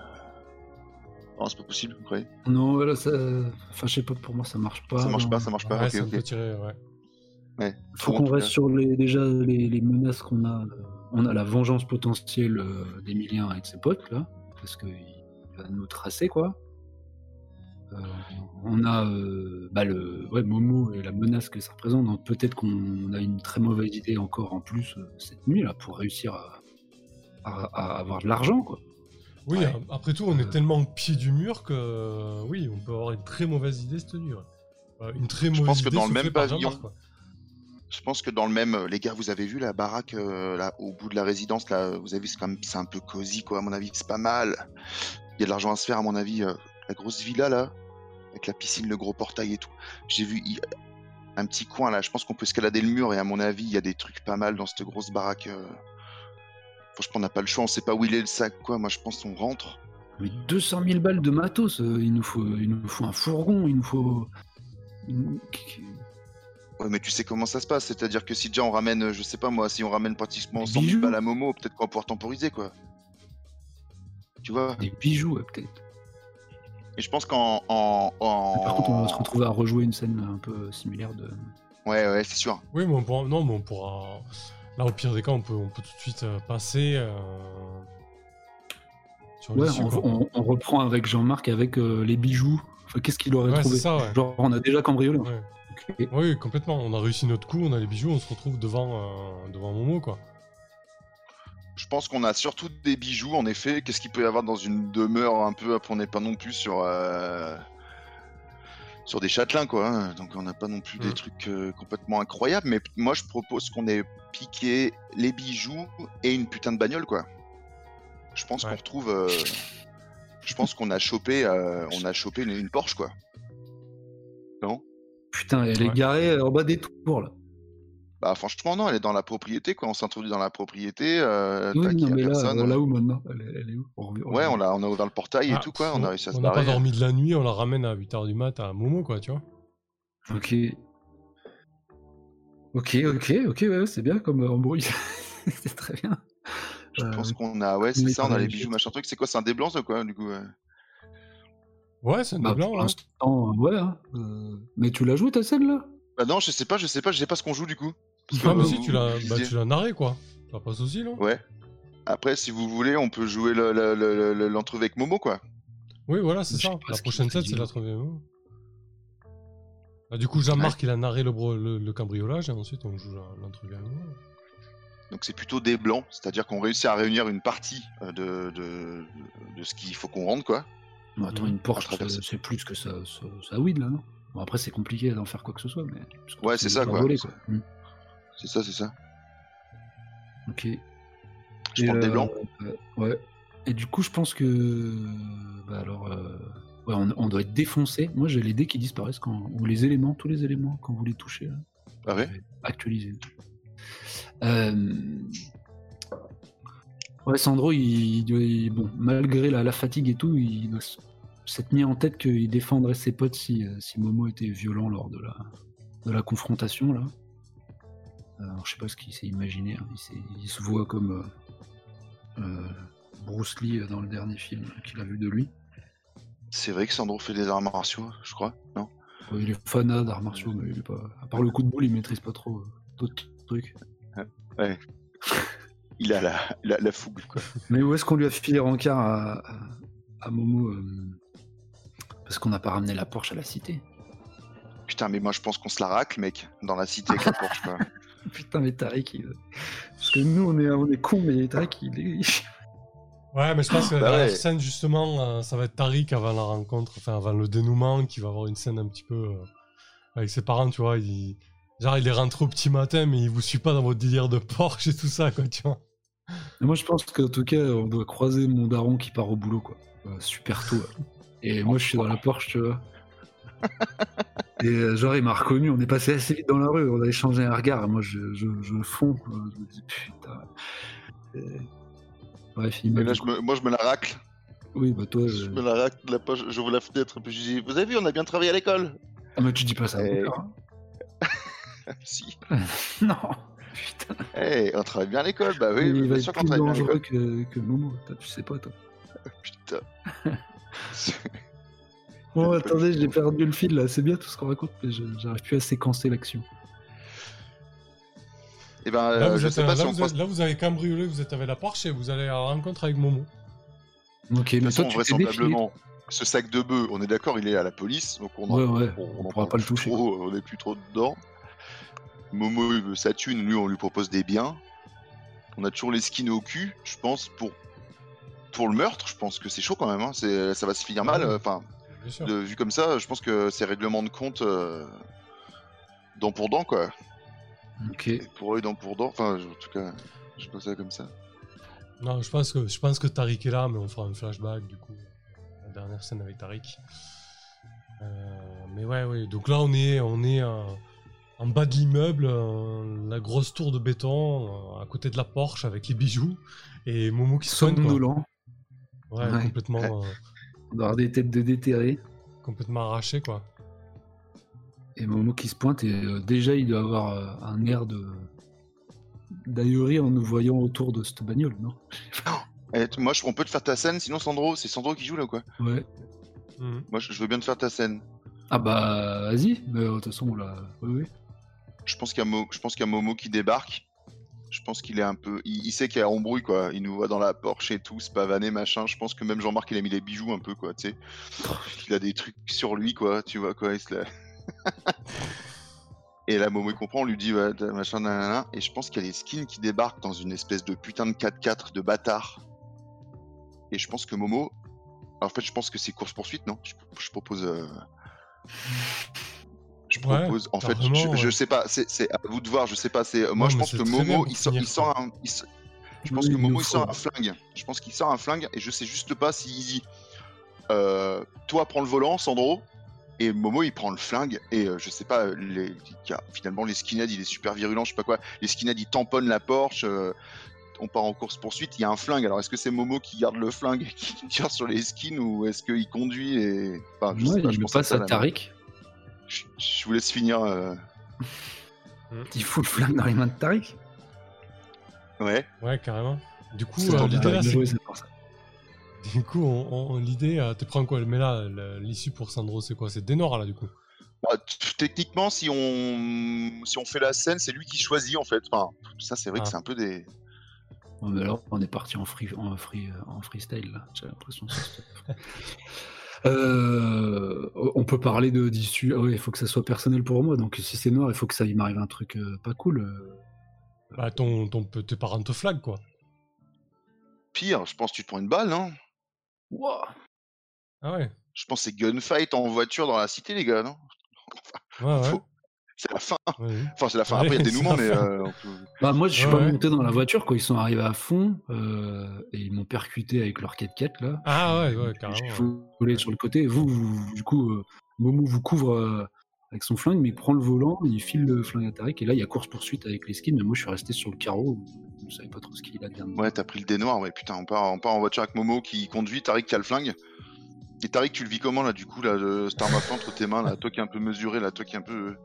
Non, c'est pas possible, vous croyez? Non, voilà, ça. Enfin, je sais pas, pour moi, ça marche pas. Ça marche non. pas, ça marche pas. ouais, Ok, c'est un peu ok. tiré, ouais. Ouais. Faut Bon, en qu'on tout reste cas. sur les, déjà les, les menaces qu'on a. euh, On a la vengeance potentielle euh, d'Emilien avec ses potes, là, parce qu'il va nous tracer, quoi. Euh, on a euh, bah, le ouais, Momo et la menace que ça représente. Donc peut-être qu'on a une très mauvaise idée encore en plus euh, cette nuit, là, pour réussir à, à- à avoir de l'argent, quoi. Oui, Ouais. a- après tout, on est Euh. tellement au pied du mur que euh, oui, on peut avoir une très mauvaise idée cette nuit. Ouais. Euh, une très Je mauvaise pense que idée dans le soufflée même par pavillon, Jean-Marc, quoi. je pense que dans le même, euh, les gars, vous avez vu la baraque euh, là au bout de la résidence là, vous avez vu, c'est quand même, c'est un peu cosy quoi. À mon avis, c'est pas mal. Il y a de l'argent à se faire à mon avis. euh, La grosse villa là, avec la piscine, le gros portail et tout. J'ai vu il y a un petit coin là. Je pense qu'on peut escalader le mur et à mon avis, il y a des trucs pas mal dans cette grosse baraque. euh. Franchement, on n'a pas le choix. On sait pas où il est le sac quoi. Moi, je pense qu'on rentre. Mais deux cent mille balles de matos, euh, il, nous faut, il nous faut un fourgon, il nous faut. il nous- Ouais, mais tu sais comment ça se passe. C'est-à-dire que si déjà on ramène, euh, je sais pas moi, si on ramène pratiquement Des cent mille bijoux. balles à Momo, peut-être qu'on va pouvoir temporiser quoi. Tu vois. Des bijoux, ouais, peut-être. Et je pense qu'en en, en- Par contre, on va se retrouver à rejouer une scène un peu similaire de. Ouais, ouais, c'est sûr. Oui, mais on pourra... non, mais on pourra. Là, au pire des cas, on peut, on peut tout de suite euh, passer euh, sur Ouais, l'issue, on, quoi. on- on reprend avec Jean-Marc avec euh, les bijoux. Enfin, qu'est-ce qu'il aurait Ouais, trouvé c'est ça, ouais. Genre, on a déjà cambriolé. Ouais. Ok. Oui, complètement. On a réussi notre coup, on a les bijoux, on se retrouve devant, euh, devant Momo, quoi. Je pense qu'on a surtout des bijoux, en effet. Qu'est-ce qu'il peut y avoir dans une demeure un peu. Après, on n'est pas non plus sur. euh, sur des châtelains, quoi. hein. Donc, on n'a pas non plus des Mm. trucs euh, complètement incroyables. Mais moi, je propose qu'on ait piqué les bijoux et une putain de bagnole, quoi. Je pense Ouais. qu'on retrouve. euh, Je pense qu'on a chopé, euh, on a chopé une, une Porsche, quoi. Non? Putain, elle est Ouais. garée euh, en bas des tours, là. Bah, franchement, non, elle est dans la propriété, quoi. On s'introduit dans la propriété. Euh, Oui, tac, il non, y a mais là, personne. on l'a où maintenant elle est, elle est où on revient- on Ouais, on revient. l'a, on a ouvert le portail et Ah, tout, quoi. On a réussi à se on n'a pas barrer. dormi de la nuit, on la ramène à huit heures du mat à Momo, quoi, tu vois. Ok. Ok, ok, ok, ouais, ouais, c'est bien comme euh, embrouille. C'est très bien. Je Euh, pense qu'on a, ouais, c'est mais ça, on a pareil, les bijoux, j'ai- machin truc. C'est quoi, c'est un des blancs, ça, quoi, du coup ouais. Ouais, c'est un bah, des blancs, pour là. l'instant, euh, ouais. hein, euh, Mais tu l'as joué ta scène là Bah non, je sais pas, je sais pas, je sais pas ce qu'on joue, du coup. Parce que Ah, mais vous- si, tu vous l'as disiez. bah, tu l'as narré, quoi. Ça passe aussi, non? Ouais. Après, si vous voulez, on peut jouer le- le- le- le- l'entrevue avec Momo, quoi. Oui, voilà, c'est Je sais ça. pas La ce qu'il prochaine fait scène, c'est dire. la troisième. Bah, du coup, Jean-Marc, il a narré le, bro- le, le cambriolage, et ensuite, on joue la- l'entrevue avec Momo. Donc c'est plutôt des blancs, c'est-à-dire qu'on réussit à réunir une partie euh, de, de, de ce qu'il faut qu'on rende, quoi. Bon, attends, Mhm. une à Porsche, travers ça- ça. c'est plus que ça, ça, ça weed là, non? Bon, après, c'est compliqué d'en faire quoi que ce soit, mais. Parce que Ouais, tu c'est peux ça, faire quoi. voler, C'est quoi. Hmm. c'est ça, c'est ça. Ok. Je Et prends le des euh, blancs. euh, ouais. Et du coup, je pense que. Bah alors. euh, Ouais, on, on doit être défoncé. Moi, j'ai les dés qui disparaissent quand. Ou les éléments, tous les éléments, quand vous les touchez. Là. Ah Je ouais? vais actualiser. Euh, Ouais, Sandro, il, il doit- il- bon, malgré la, la fatigue et tout, il doit s- s'être mis en tête qu'il défendrait ses potes si, euh, si Momo était violent lors de la, de la confrontation là. Euh, Alors, je sais pas ce qu'il s'est imaginé. Hein. Il, s'est- il se voit comme euh, euh, Bruce Lee euh, dans le dernier film qu'il a vu de lui. C'est vrai que Sandro fait des arts martiaux, je crois, non? Ouais, il est fanat d'arts martiaux, mais il est pas. À part le coup de boule, il maîtrise pas trop euh, d'autres trucs. Ouais. Il a la, la, la fougue, quoi. Mais où est-ce qu'on lui a filé rencard à, à, à Momo euh, parce qu'on n'a pas ramené la Porsche à la cité. Putain, mais moi je pense qu'on se la racle, mec, dans la cité avec la Porsche, quoi. Putain, mais Tariq, il... parce que nous on est, on est cons, mais Tariq il est. Ouais, mais je pense que la Bah dernière ouais. scène, justement, euh, ça va être Tariq avant la rencontre, enfin avant le dénouement, qui va avoir une scène un petit peu euh, avec ses parents, tu vois. Il... Genre, il est rentré au petit matin, mais il vous suit pas dans votre délire de Porsche et tout ça, quoi, tu vois. Moi je pense qu'en tout cas on doit croiser mon daron qui part au boulot quoi, euh, super tôt. Là. Et moi je suis dans la Porsche, tu vois. Et euh, genre il m'a reconnu, on est passé assez vite dans la rue, on a échangé un regard, et moi je, je, je fonds, quoi. Je me dis putain. Et... Bref, il m'a Et là, dit je me, moi je me la racle. oui bah toi. Je euh, me la racle de la poche, j'ouvre la fenêtre, puis je dis, vous avez vu, on a bien travaillé à l'école. Ah mais tu dis pas ça à mon Et- père, hein. Si. Non. Putain. Eh, on travaille bien à l'école, bah oui, il bien va sûr être qu'on plus travaille bien à dangereux l'école. que, que Momo, toi, tu sais pas toi. Putain. Bon, Pas attendez, du j'ai tout. perdu le fil là, c'est bien tout ce qu'on raconte, mais je- j'arrive plus à séquencer l'action. Eh ben, Là, euh, vous je êtes, sais euh, pas là, si on vous croise. êtes- là, vous avez cambriolé, vous êtes avec la Porsche et vous allez à la rencontre avec Momo. Ok, De mais toute façon, toi tu t'es défilé. vraisemblablement, ce sac de bœuf, on est d'accord, il est à la police, donc on en, Ouais, ouais, on, on en pourra parle pas le plus toucher. trop, on est plus trop dedans. Momo, il veut sa thune, lui, on lui propose des biens. On a toujours les skins au cul, je pense, pour, pour le meurtre, je pense que c'est chaud quand même, hein. C'est, ça va se finir Ah mal, oui. euh, enfin, Bien sûr. de- vu comme ça, je pense que c'est règlement de compte euh, dent pour dent, quoi. Ok. Et pour eux, dent pour dent, enfin, en tout cas, je vois ça comme ça. Non, je pense que je pense que Tariq est là, mais on fera un flashback du coup, la dernière scène avec Tariq. Euh, mais ouais, ouais. Donc là, on est, on est euh, en bas de l'immeuble, euh, la grosse tour de béton, euh, à côté de la Porsche avec les bijoux et Momo qui se pointe, quoi. Somnolent, Ouais, Ouais. complètement, euh, on doit avoir des têtes de déterrés. complètement arraché, quoi. Et Momo qui se pointe, et euh, déjà il doit avoir euh, un air de d'aillerie en nous voyant autour de cette bagnole, non? Et t- moi, je- on peut te faire ta scène, sinon Sandro, c'est Sandro qui joue là ou quoi? Ouais. Mhm. Moi, je, je veux bien te faire ta scène. Ah bah vas-y, mais euh, de toute façon là. Oui, oui. Je pense qu'il y a, Mo- je pense qu'il y a Momo qui débarque. Je pense qu'il est un peu. Il, il sait qu'il y a embrouille, quoi. Il nous voit dans la Porsche et tout, c'est pavané, machin. Je pense que même Jean-Marc, il a mis les bijoux un peu, quoi, tu sais. Il a des trucs sur lui, quoi, tu vois, quoi. Il se la... Et là, Momo, il comprend, on lui dit, ouais, t'as machin, nanana. Et je pense qu'il y a les skins qui débarquent dans une espèce de putain de quatre quatre de bâtard. Et je pense que Momo. En fait, je pense que c'est course-poursuite, non? je, je propose. euh, Je Ouais, propose. En fait, carrément, je, je ouais. sais pas, c'est c'est à vous de voir, je sais pas. C'est Moi, Non, je mais pense c'est que très bien Momo, pour il sort, finir, il sort quoi. un. il s- Je pense Oui, que il Momo, nous il faut, sort ouais. un flingue. Je pense qu'il sort un flingue et je sais juste pas s'il dit euh, toi prends le volant, Sandro, et Momo il prend le flingue et euh, je sais pas. Les, il y a- finalement, les skinheads, il est super virulent, je sais pas quoi. Les skinheads, ils tamponnent la Porsche. euh, on part en course poursuite, il y a un flingue. Alors est-ce que c'est Momo qui garde le flingue et qui tire sur les skins ou est-ce qu'il conduit et. Enfin, je Moi, sais pas, il je le pense à passe ça à là. mais Tariq, Je, je vous laisse finir. euh, il fout le flingue dans les mains de Tariq. Ouais. Ouais, carrément. Du coup, C'est euh, trop l'idée Tariq, là, bien c'est joué, que- c'est pour ça. du coup, on, on- l'idée, euh, tu prends quoi? Mais là, le- l'issue pour Sandro, c'est quoi? C'est Denor, là, du coup. Bah, t- techniquement, si on si on fait la scène, c'est lui qui choisit en fait. Enfin, ça c'est vrai que Ah. c'est un peu des. Bon, mais alors, on est parti en free, en free, euh, en freestyle là. J'ai l'impression. sur cette- Euh, on peut parler de d'issue. Ah ouais, il faut que ça soit personnel pour moi. Donc si c'est noir, il faut que ça il m'arrive un truc euh, pas cool. euh. Bah, ton, ton, tes parents te flaguent, quoi. Pire, je pense que tu te prends une balle, non? Ouah. Ah ouais. Je pense que c'est gunfight en voiture dans la cité, les gars, non? Ouais, ouais. Faut... C'est la fin. Vas-y. Enfin, c'est la fin. Ouais, Après, il y a c'est dénouement, la mais fin. euh, on peut... Bah, moi, je suis Ouais, pas ouais. monté dans la voiture quand ils sont arrivés à fond euh, et ils m'ont percuté avec leur quatre-quatre là. Ah ouais, Je ouais, suis- carrément. J'ai Ouais. volé Ouais. sur le côté. Vous, vous- du coup, euh, Momo vous couvre euh, avec son flingue, mais il prend le volant, il file le flingue à Tariq et là il y a course poursuite avec les skins. Mais moi, je suis resté sur le carreau. Je ne savais pas trop ce qu'il a derrière. Ouais, t'as pris le dé noir, ouais, putain, on part, on part en voiture avec Momo qui conduit, Tariq qui a le flingue. Et Tariq, tu le vis comment là, du coup, là, le- cette arme à feu entre tes mains, là, toi qui es un peu mesuré, là, toi qui est un peu.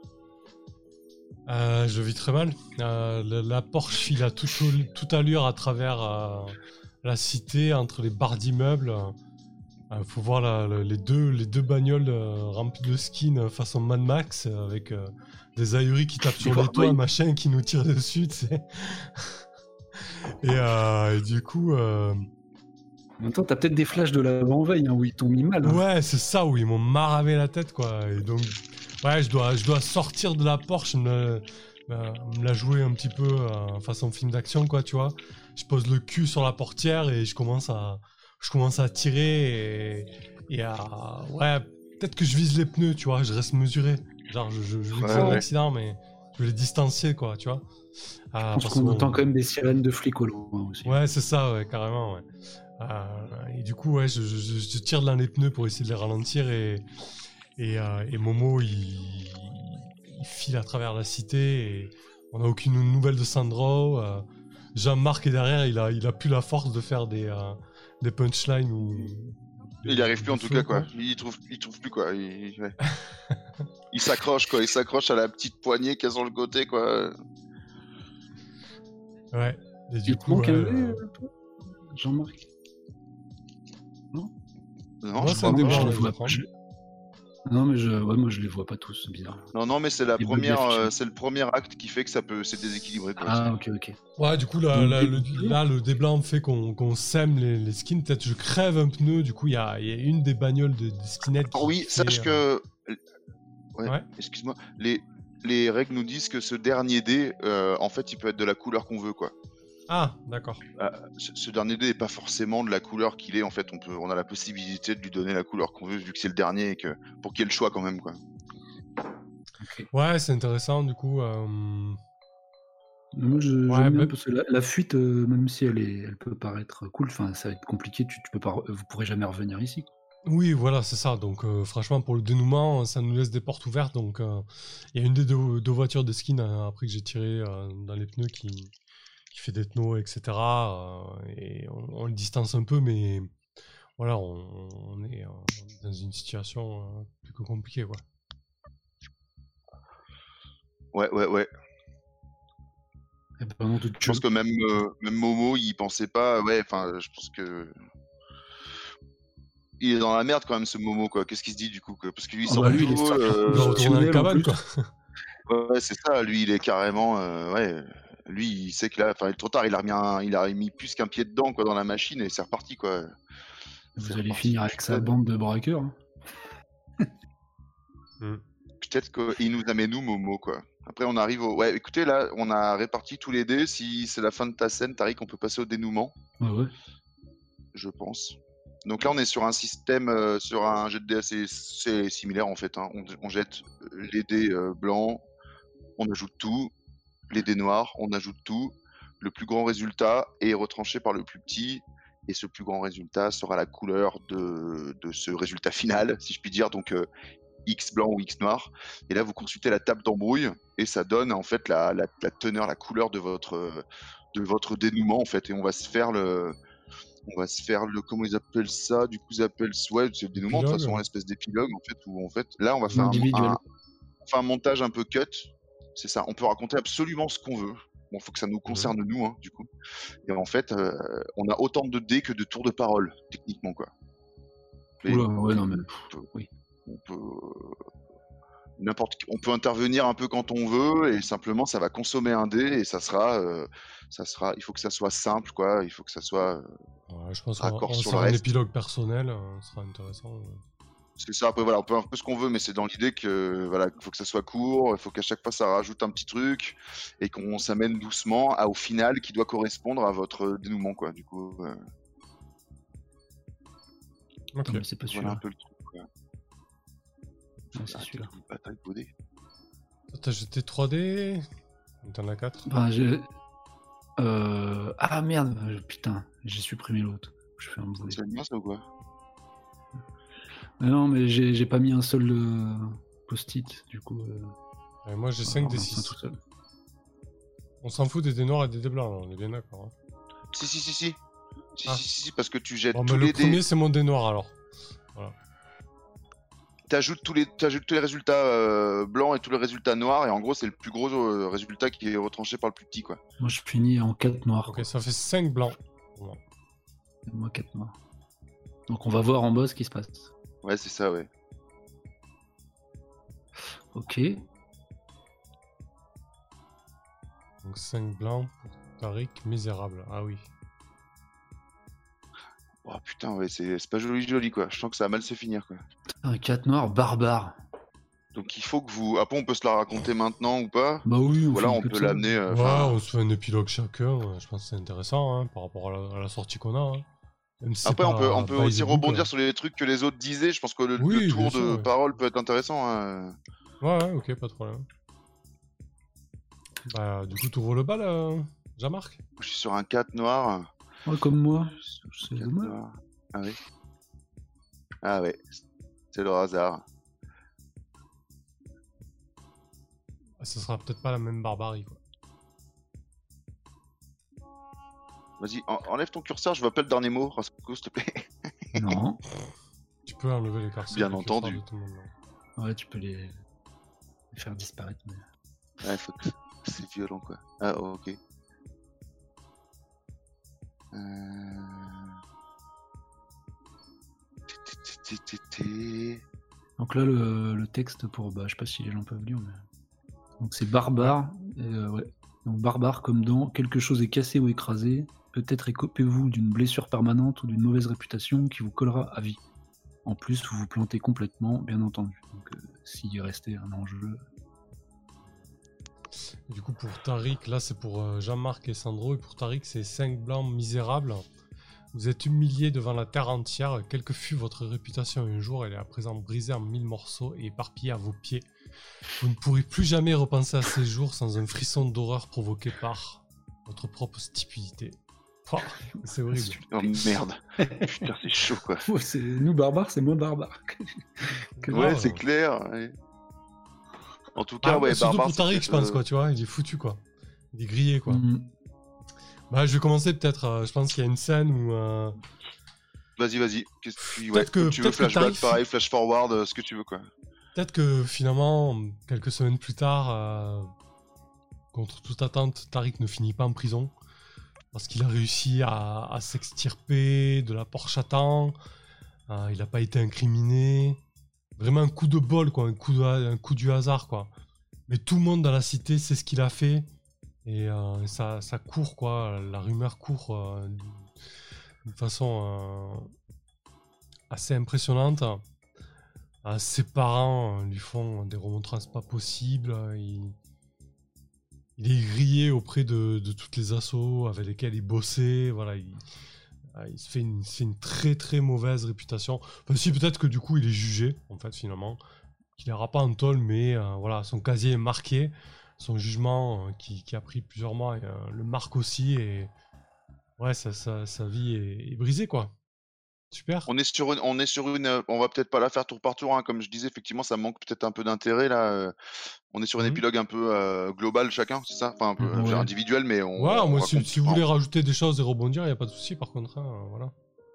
Euh, je vis très mal. Euh, la, la Porsche, il a toute, toute allure à travers euh, la cité, entre les barres d'immeubles. Il faut voir la, la- les, deux, les deux bagnoles euh, remplies de skins euh, façon Mad Max, euh, avec euh, des ahuris qui tapent sur Des les toits, Warboys. machin, qui nous tirent dessus, tu sais. et, euh, et du coup... euh, En même temps, t'as peut-être des flashs de l'avant-veille hein, où ils t'ont mis mal. Hein. Ouais, c'est ça, où ils m'ont maravé la tête, quoi. Et donc, ouais, je dois, je dois sortir de la Porsche, me, me, me la jouer un petit peu euh, façon film d'action, quoi, tu vois. Je pose le cul sur la portière et je commence à, je commence à tirer et, et à... Ouais, peut-être que je vise les pneus, tu vois, je reste mesuré. Genre, je, je, je veux Ouais, créer un ouais. accident, mais je veux les distancier, quoi, tu vois. Ah, Je pense parce qu'on que bon, entend quand même des sirènes de flics au loin aussi. Ouais, c'est ça, ouais, carrément, ouais. Euh, et du coup, ouais, je, je, je tire dans les pneus pour essayer de les ralentir et, et, euh, et Momo, il, il file à travers la cité et on n'a aucune nouvelle de Sandro. Euh, Jean-Marc est derrière, il a, il a plus la force de faire des, euh, des punchlines ou... Il n'y arrive plus de en tout feu, cas, quoi. Il trouve, il trouve plus, quoi. Il, ouais. Il s'accroche, quoi. Il s'accroche à la petite poignée qu'il y a sur le côté, quoi. Ouais. Et du Il te coup, manque ouais, un euh, V, toi, Jean-Marc? Non. Non, Ouais, je c'est crois un Non, mais pas. je débat, les là, je vais vois. prendre. je- Non, mais je, ouais, moi je les vois pas tous, c'est bizarre. Non, non, mais c'est la Les bugs première, d'affichage. euh, c'est le premier acte qui fait que ça peut, c'est déséquilibré, quoi. Ah, ok, ok. Ouais, du coup, là, Donc, là, des le, pneus là, le déblanc fait qu'on qu'on sème les, les skins. Peut-être je crève un pneu. Du coup, il y a, il y a une des bagnoles de, de skinettes Alors qui oui, fait... sache euh, que, ouais, Ouais. excuse-moi, les les règles nous disent que ce dernier dé, euh, en fait, il peut être de la couleur qu'on veut, quoi. Ah, d'accord. Ah, ce, ce dernier dé n'est pas forcément de la couleur qu'il est. En fait, on peut, on a la possibilité de lui donner la couleur qu'on veut vu que c'est le dernier et que pour qu'il y ait le choix quand même, quoi. Ok. Ouais, c'est intéressant, du coup. euh, Moi, je- Ouais, j'aime bien bah- parce que la, la fuite, euh, même si elle, est, elle peut paraître cool, enfin, ça va être compliqué. Tu, tu peux pas, re- vous pourrez jamais revenir ici. quoi. Oui, voilà, c'est ça. Donc, euh, franchement, pour le dénouement, ça nous laisse des portes ouvertes. Donc, euh, il y a une des deux, deux voitures de skins euh, après que j'ai tiré euh, dans les pneus qui, qui fait des tonneaux, et cetera. euh, et on, on le distance un peu, mais voilà, on, on est euh, dans une situation euh, plus que compliquée, quoi. Ouais, ouais, ouais. Et pendant tout Je pense que même, euh, même Momo, il pensait pas. Ouais, enfin, je pense que il est dans la merde quand même, ce Momo, quoi. Qu'est-ce qu'il se dit du coup, quoi. Parce que lui, il Ah sort bah, du lui, il est lot, sorti euh, Il va retourner à la en cabane, plus. quoi. Ouais, c'est ça. Lui, il est carrément, euh, ouais. Lui, il sait que là, enfin, trop tard. Il a remis, un, il a mis plus qu'un pied dedans, quoi, dans la machine et c'est reparti, quoi. Vous C'est allez reparti. finir avec sa bande de braqueurs. hein. Peut-être qu'il nous amène nous, Momo, quoi. Après, on arrive au. Ouais, écoutez, là, on a réparti tous les dés. Si c'est la fin de ta scène, Tariq, on peut passer au dénouement, Ouais, ouais. je pense. Donc là, on est sur un système, euh, sur un jet de dés assez, assez similaire, en fait. hein. On, on jette les dés euh, blancs, on ajoute tout. Les dés noirs, on ajoute tout. Le plus grand résultat est retranché par le plus petit. Et ce plus grand résultat sera la couleur de, de ce résultat final, si je puis dire. Donc, euh, X blanc ou X noir. Et là, vous consultez la table d'embrouille et ça donne en fait la, la, la teneur, la couleur de votre, de votre dénouement en fait. Et on va se faire le, on va se faire le, comment ils appellent ça Du coup, ils appellent ouais, c'est le dénouement de toute Épilogue. façon, l'espèce d'épilogue en fait. Où en fait, là, on va En faire un, individuel. un, on fait un montage un peu cut. C'est ça. On peut raconter absolument ce qu'on veut. Bon, faut que ça nous concerne nous, hein, du coup. Et en fait, euh, on a autant de dés que de tours de parole, techniquement, quoi. Mais Oula, ouais, non, mais. on peut, oui. on peut, n'importe, on peut intervenir un peu quand on veut et simplement ça va consommer un dé et ça sera, euh, ça sera, il faut que ça soit simple, quoi. Il faut que ça soit euh, Ouais, je pense qu'on raccord on sur sera le un reste. épilogue personnel, euh, ce sera intéressant. ouais. C'est ça. Après voilà, on peut un peu ce qu'on veut, mais c'est dans l'idée que voilà, qu'il faut que ça soit court, il faut qu'à chaque fois ça rajoute un petit truc et qu'on s'amène doucement à, au final qui doit correspondre à votre dénouement, quoi. Du coup. euh, Ok. Non, mais c'est pas Voilà un celui-là. peu le truc. Quoi. Non, c'est Ah, celui-là. t'as- Bataille codée. Toi, t'as jeté trois D. T'en as quatre. Enfin, je... euh... Ah merde, euh, putain, j'ai supprimé l'autre. Je fais un bruit. C'est bien ça ou quoi? Ah non, mais j'ai j'ai pas mis un seul euh, post-it, du coup. Euh... Et moi, j'ai on va cinq voir D maintenant six. tout seul. On s'en fout des dés noirs et des dés blancs, là, on est bien d'accord. Hein. Si, si, si, si. Si, Ah. si, si, si, parce que tu jettes Bon, tous mais les le premier, dés. c'est mon dé noir alors. T'ajoutes tous les, t'ajoutes tous les résultats euh, blancs et tous les résultats noirs, et en gros, c'est le plus gros euh, résultat qui est retranché par le plus petit, quoi. Moi, je finis en quatre noirs. Ok, ça fait cinq blancs. Bon. Et moi, quatre noirs. Donc, on va voir en bas ce qui se passe. Ouais, c'est ça, ouais. Ok. Donc cinq blancs pour Tariq, misérable. Ah oui. Oh putain, ouais, c'est c'est pas joli, joli, quoi. Je sens que ça va mal se finir, quoi. Un quatre noirs, barbare. Donc il faut que vous. Après, on peut se la raconter maintenant ou pas. Bah oui, on Voilà, finit on comme peut ça. l'amener. euh, Ouais, enfin, on se fait un épilogue chacun. euh, Je pense que c'est intéressant hein, par rapport à la, à la sortie qu'on a. Hein. Même si c'est Après, on peut, pas on peut by aussi the book, rebondir hein. sur les trucs que les autres disaient. Je pense que le, le Oui, bien tour sûr, de ouais. parole peut être intéressant. Hein. Ouais, ouais, ok, pas de problème. Bah, du coup, t'ouvres le bal, euh, Jean-Marc. Je suis sur un quatre noir. Ouais, comme moi. Je suis sur C'est un quatre dommage. noir. Ah oui. Ah ouais. C'est le hasard. Ah, ça sera peut-être pas la même barbarie, quoi. Vas-y, en- enlève ton curseur. Je vois pas le dernier mot. Rasco, s'il te plaît. Non. Tu peux enlever les curseurs. Bien les curseurs entendu. de tout le monde, là. Ouais, tu peux les, les faire disparaître. Mais... Ouais, faut que... c'est violent, quoi. Ah, oh, ok. Euh... Té, té, té, té, té. Donc là, le, le texte pour... Bah, je sais pas si les gens peuvent lire, mais... Donc c'est barbare. Et, euh, ouais. Donc barbare comme dans quelque chose est cassé ou écrasé. Peut-être écopez-vous d'une blessure permanente ou d'une mauvaise réputation qui vous collera à vie. En plus, vous vous plantez complètement, bien entendu. Donc euh, s'il restait un enjeu... Et du coup, pour Tariq, là, c'est pour euh, Jean-Marc et Sandro. Et pour Tariq, c'est cinq blancs misérables. Vous êtes humiliés devant la terre entière. Quelle que fût votre réputation un jour, elle est à présent brisée en mille morceaux et éparpillée à vos pieds. Vous ne pourrez plus jamais repenser à ces jours sans un frisson d'horreur provoqué par votre propre stupidité. Pouah, c'est horrible. Oh merde. Putain, c'est chaud, quoi. Oh, c'est... Nous, barbares, c'est moins barbare. que- que- Ouais, grave. c'est clair. Ouais. En tout cas, Ah, ouais, surtout barbare, pour Tariq, c'est- je pense, euh, quoi, tu vois. Il est foutu, quoi. Il est grillé, quoi. Mm. Bah, je vais commencer peut-être. euh, je pense qu'il y a une scène où... euh, Vas-y, vas-y. Qu'est-ce que tu, ouais, Peut-être que- comme tu veux, peut-être que flashback, Tariq- pareil, flash forward, euh, ce que tu veux, quoi. Peut-être que finalement, quelques semaines plus tard, euh, contre toute attente, Tariq ne finit pas en prison. Parce qu'il a réussi à, à s'extirper de la Porsche à temps. Euh, il n'a pas été incriminé. Vraiment un coup de bol, quoi, un coup, de, un coup du hasard, quoi. Mais tout le monde dans la cité sait ce qu'il a fait. Et euh, ça, ça court, quoi. La rumeur court euh, d'une façon euh, assez impressionnante. Euh, ses parents euh, lui font des remontrances pas possibles. Il, il est grillé auprès de, de toutes les assos avec lesquels il bossait. Voilà, il, euh, il se fait une, c'est une très très mauvaise réputation. Enfin, si, peut-être que du coup il est jugé, en fait, finalement. Il n'ira pas en tôle, mais euh, voilà, son casier est marqué. Son jugement, euh, qui, qui a pris plusieurs mois, euh, le marque aussi. Et ouais, sa, sa, sa vie est, est brisée, quoi. Super. On est sur une, on est sur une, euh, on va peut-être pas la faire tour par tour, hein, comme je disais, effectivement, ça manque peut-être un peu d'intérêt là. euh, on est sur un Mhm. épilogue un peu euh, global chacun, c'est ça, enfin un peu Mhm, euh, ouais. individuel, mais on. Ouais, on moi, si, raconte- si vous voulez enfin, rajouter des choses et rebondir, il n'y a pas de souci, par contre. Hein, voilà.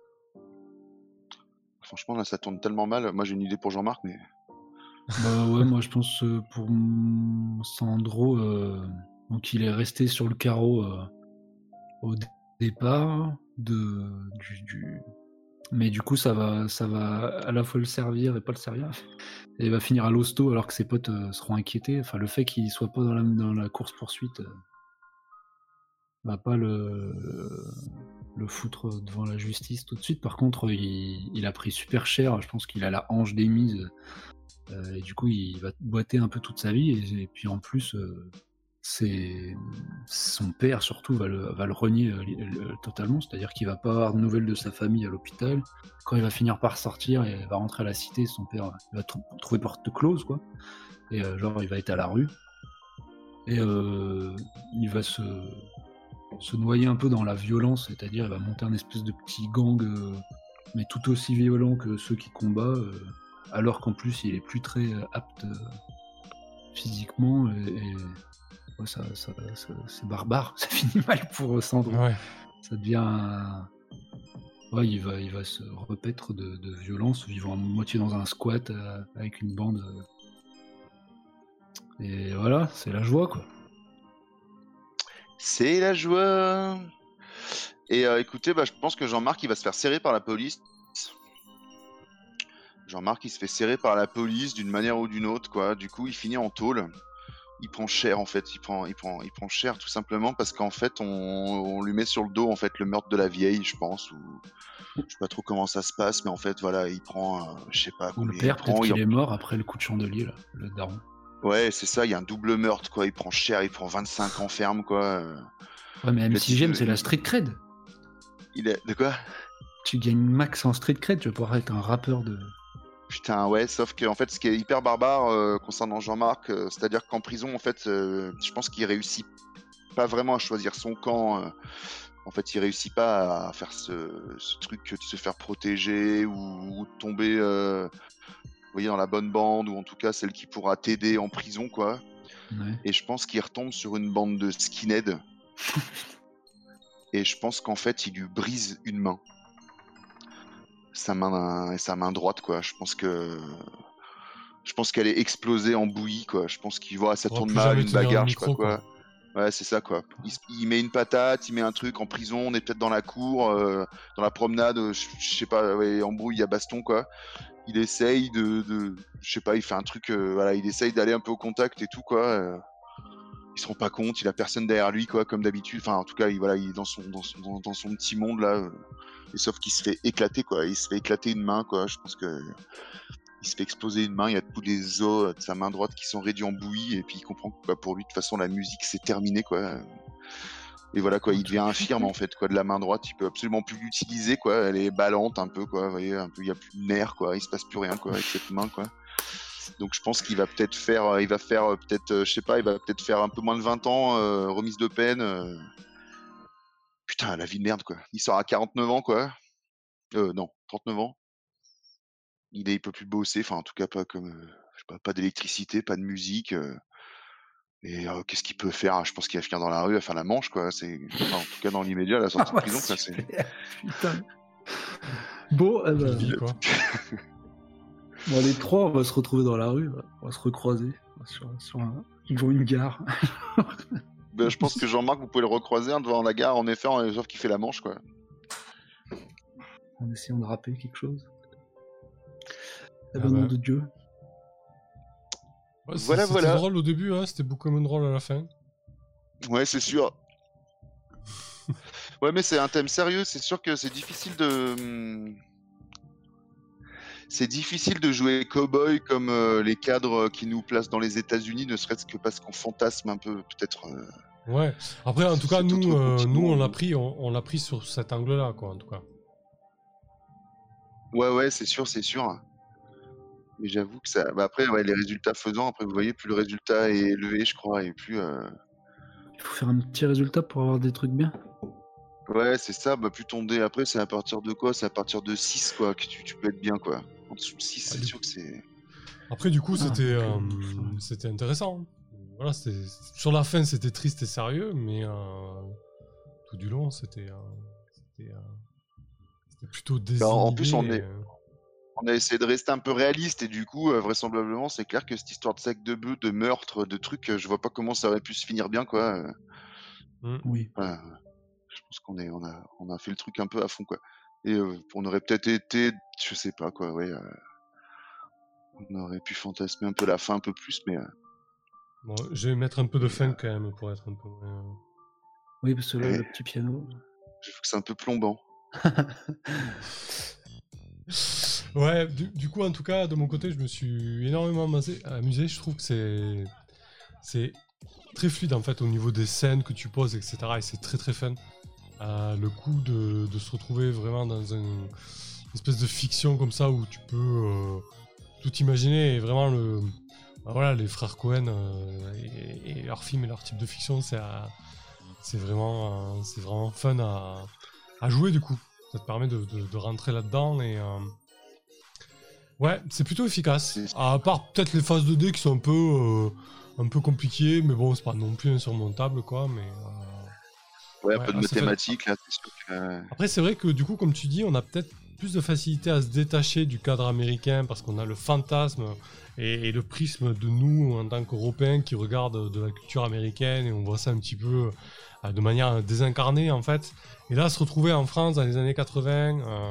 franchement, là, ça tourne tellement mal. Moi, j'ai une idée pour Jean-Marc, mais Bah ouais, moi je pense euh, pour mm, Sandro, euh, donc il est resté sur le carreau euh, au dé- départ de du, du- mais du coup ça va ça va à la fois le servir et pas le servir. Et il va finir à l'hosto alors que ses potes euh, seront inquiétés. Enfin le fait qu'il soit pas dans la dans la course poursuite euh, va pas le le foutre devant la justice tout de suite. Par contre, il, il a pris super cher. Je pense qu'il a la hanche démise. Euh, et du coup, il va boiter un peu toute sa vie. Et, et puis en plus, euh, c'est son père surtout va le, va le renier euh, li- le- totalement, c'est-à-dire qu'il va pas avoir de nouvelles de sa famille à l'hôpital. Quand il va finir par sortir et va rentrer à la cité, son père il va trou- trouver porte close, quoi. Et euh, genre, il va être à la rue. Et euh, il va se, se noyer un peu dans la violence, c'est-à-dire il va monter un espèce de petit gang, euh, mais tout aussi violent que ceux qui combattent, euh, alors qu'en plus il est plus très euh, apte euh, physiquement, et, et ouais, ça, ça- ça- c'est barbare, ça finit mal pour euh, Sandro. Ouais. Ça devient un- Ouais, il va, il va se repaître de, de violence, vivant à moitié dans un squat euh, avec une bande. euh, Et voilà, c'est la joie, quoi. C'est la joie. Et euh, écoutez, bah, je pense que Jean-Marc il va se faire serrer par la police. Jean-Marc il se fait serrer par la police d'une manière ou d'une autre, quoi. Du coup, il finit en tôle. Il prend cher en fait, il prend, il prend, il prend cher tout simplement parce qu'en fait on, on lui met sur le dos en fait le meurtre de la vieille, je pense, ou je sais pas trop comment ça se passe, mais en fait voilà, il prend, euh, je sais pas Ou le combien il père, peut-être prend. il qu'il en- est mort après le coup de chandelier, là, le daron. Ouais, c'est ça, il y a un double meurtre quoi. Il prend cher, il prend vingt-cinq ans ferme quoi. euh. Ouais, mais Le M C G M, type, c'est la il, street cred. il est de quoi? Tu gagnes max en street cred, tu vas pouvoir être un rappeur de. Putain, ouais, sauf que en fait, ce qui est hyper barbare euh, concernant Jean-Marc, euh, c'est-à-dire qu'en prison, en fait, euh, je pense qu'il réussit pas vraiment à choisir son camp. euh. En fait, il réussit pas à faire ce, ce truc de se faire protéger ou, ou de tomber, euh, vous voyez, dans la bonne bande ou en tout cas celle qui pourra t'aider en prison, quoi. Ouais. Et je pense qu'il retombe sur une bande de skinheads. Et je pense qu'en fait, il lui brise une main, sa main, sa main droite, quoi. Je pense que Je pense qu'elle est explosée en bouillie, quoi. Je pense qu'il voit, ça On va tourne plus mal, jamais une tenir le bagarre, je sais pas micro, quoi. quoi. Ouais, c'est ça, quoi. Il, s- il met une patate, il met un truc en prison, on est peut-être dans la cour, euh, dans la promenade, euh, je je sais pas, ouais, embrouille, il y a baston, quoi. Il essaye de, de je sais pas, il fait un truc, euh, voilà, il essaye d'aller un peu au contact et tout, quoi. euh, il se rend pas compte, il a personne derrière lui, quoi, comme d'habitude. Enfin, en tout cas, il, voilà, il est dans son, dans son, dans, dans son petit monde, là. euh, et sauf qu'il se fait éclater, quoi. Il se fait éclater une main, quoi. Je pense que il se fait exploser une main, il y a tous les os de sa main droite qui sont réduits en bouillie, et puis il comprend que bah, pour lui, de toute façon, la musique, c'est terminé, quoi. Et voilà, quoi, il devient infirme, en fait, quoi, de la main droite, il peut absolument plus l'utiliser, quoi. Elle est ballante un peu, quoi, vous voyez, un peu, il y a plus de nerfs, quoi, il se passe plus rien, quoi, avec cette main, quoi. Donc je pense qu'il va peut-être faire, euh, il va faire euh, peut-être, euh, je sais pas, il va peut-être faire un peu moins de vingt ans, euh, remise de peine. euh. Putain, la vie de merde, quoi. Il sort à quarante-neuf ans, quoi. Euh, non, trente-neuf ans. Il, est, il peut plus bosser, enfin, en tout cas, pas comme, euh, je sais pas, pas d'électricité, pas de musique. euh. Et euh, qu'est-ce qu'il peut faire? Je pense qu'il va finir dans la rue à faire la manche, quoi. C'est, enfin, en tout cas, dans l'immédiat, à la sortie Ah de ouais, prison, quoi. C'est... super. Putain. Bon, eh ben, Quelle vie, quoi. bon, les trois, on va se retrouver dans la rue, on va se recroiser sur, sur un, devant une gare. Ben, je pense que Jean-Marc, vous pouvez le recroiser hein, devant la gare, en effet, en- sauf qu'il fait la manche, quoi. En essayant de rapper quelque chose. Eh Ah ben, nom bah. de Dieu. Ouais, c'est- Voilà, c'était voilà. drôle au début, hein, c'était beaucoup moins drôle à la fin. Ouais, c'est sûr. Ouais, mais c'est un thème sérieux. C'est sûr que c'est difficile de. hum, C'est difficile de jouer cow-boy comme euh, les cadres qui nous placent dans les États-Unis, ne serait-ce que parce qu'on fantasme un peu, peut-être. euh, Ouais. Après, en tout cas, cet nous, autre euh, nous, continent. on l'a pris, on, on l'a pris sur cet angle-là, quoi, en tout cas. Ouais, ouais, c'est sûr, c'est sûr. Mais j'avoue que ça. Bah après, ouais, les résultats faisant, après, vous voyez, plus le résultat est élevé, je crois, et plus. euh, Il faut faire un petit résultat pour avoir des trucs bien. Ouais, c'est ça. Bah, plus ton dé, après, c'est à partir de quoi? C'est à partir de six, quoi, que tu, tu peux être bien, quoi. En dessous de six, Ah, c'est du sûr que c'est. Après, du coup, Ah, c'était donc, euh, euh, c'était intéressant. Voilà, c'était sur la fin, c'était triste et sérieux, mais euh, tout du long, c'était euh, c'était euh, c'était plutôt Bah, en en plus, on désinhibé. est. euh. On a essayé de rester un peu réaliste et du coup, euh, vraisemblablement, c'est clair que cette histoire de sac de bœuf, de meurtre, de trucs, euh, je vois pas comment ça aurait pu se finir bien, quoi. euh. Mm. Oui. Voilà, je pense qu'on est, on a, on a fait le truc un peu à fond, quoi. Et euh, on aurait peut-être été, je sais pas, quoi, ouais. euh, on aurait pu fantasmer un peu la fin un peu plus, mais euh, Bon, je vais mettre un peu de Et, fun quand même pour être un peu moins. Oui, parce que là, Ouais. le petit piano. j'avoue que c'est un peu plombant. Ouais, du, du coup, en tout cas, de mon côté, je me suis énormément amusé. amusé. Je trouve que c'est c'est très fluide en fait au niveau des scènes que tu poses, et cetera. Et c'est très très fun. Euh, le coup de, de se retrouver vraiment dans un, une espèce de fiction comme ça où tu peux euh, tout imaginer et vraiment le, bah voilà, les frères Cohen euh, et, et leurs films et leur type de fiction, c'est, à, c'est, vraiment, euh, c'est vraiment fun à, à jouer du coup. Ça te permet de, de, de rentrer là-dedans et euh, ouais, c'est plutôt efficace. À part peut-être les phases deux D qui sont un peu, euh, un peu compliquées, mais bon, c'est pas non plus insurmontable quoi. Mais euh, Ouais, un ouais, peu de assez fun. mathématiques là, c'est sûr que. euh, Après, c'est vrai que du coup, comme tu dis, on a peut-être plus de facilité à se détacher du cadre américain parce qu'on a le fantasme et, et le prisme de nous en tant qu'Européens qui regardent de la culture américaine et on voit ça un petit peu euh, de manière désincarnée en fait. Et là, se retrouver en France dans les années quatre-vingts, euh,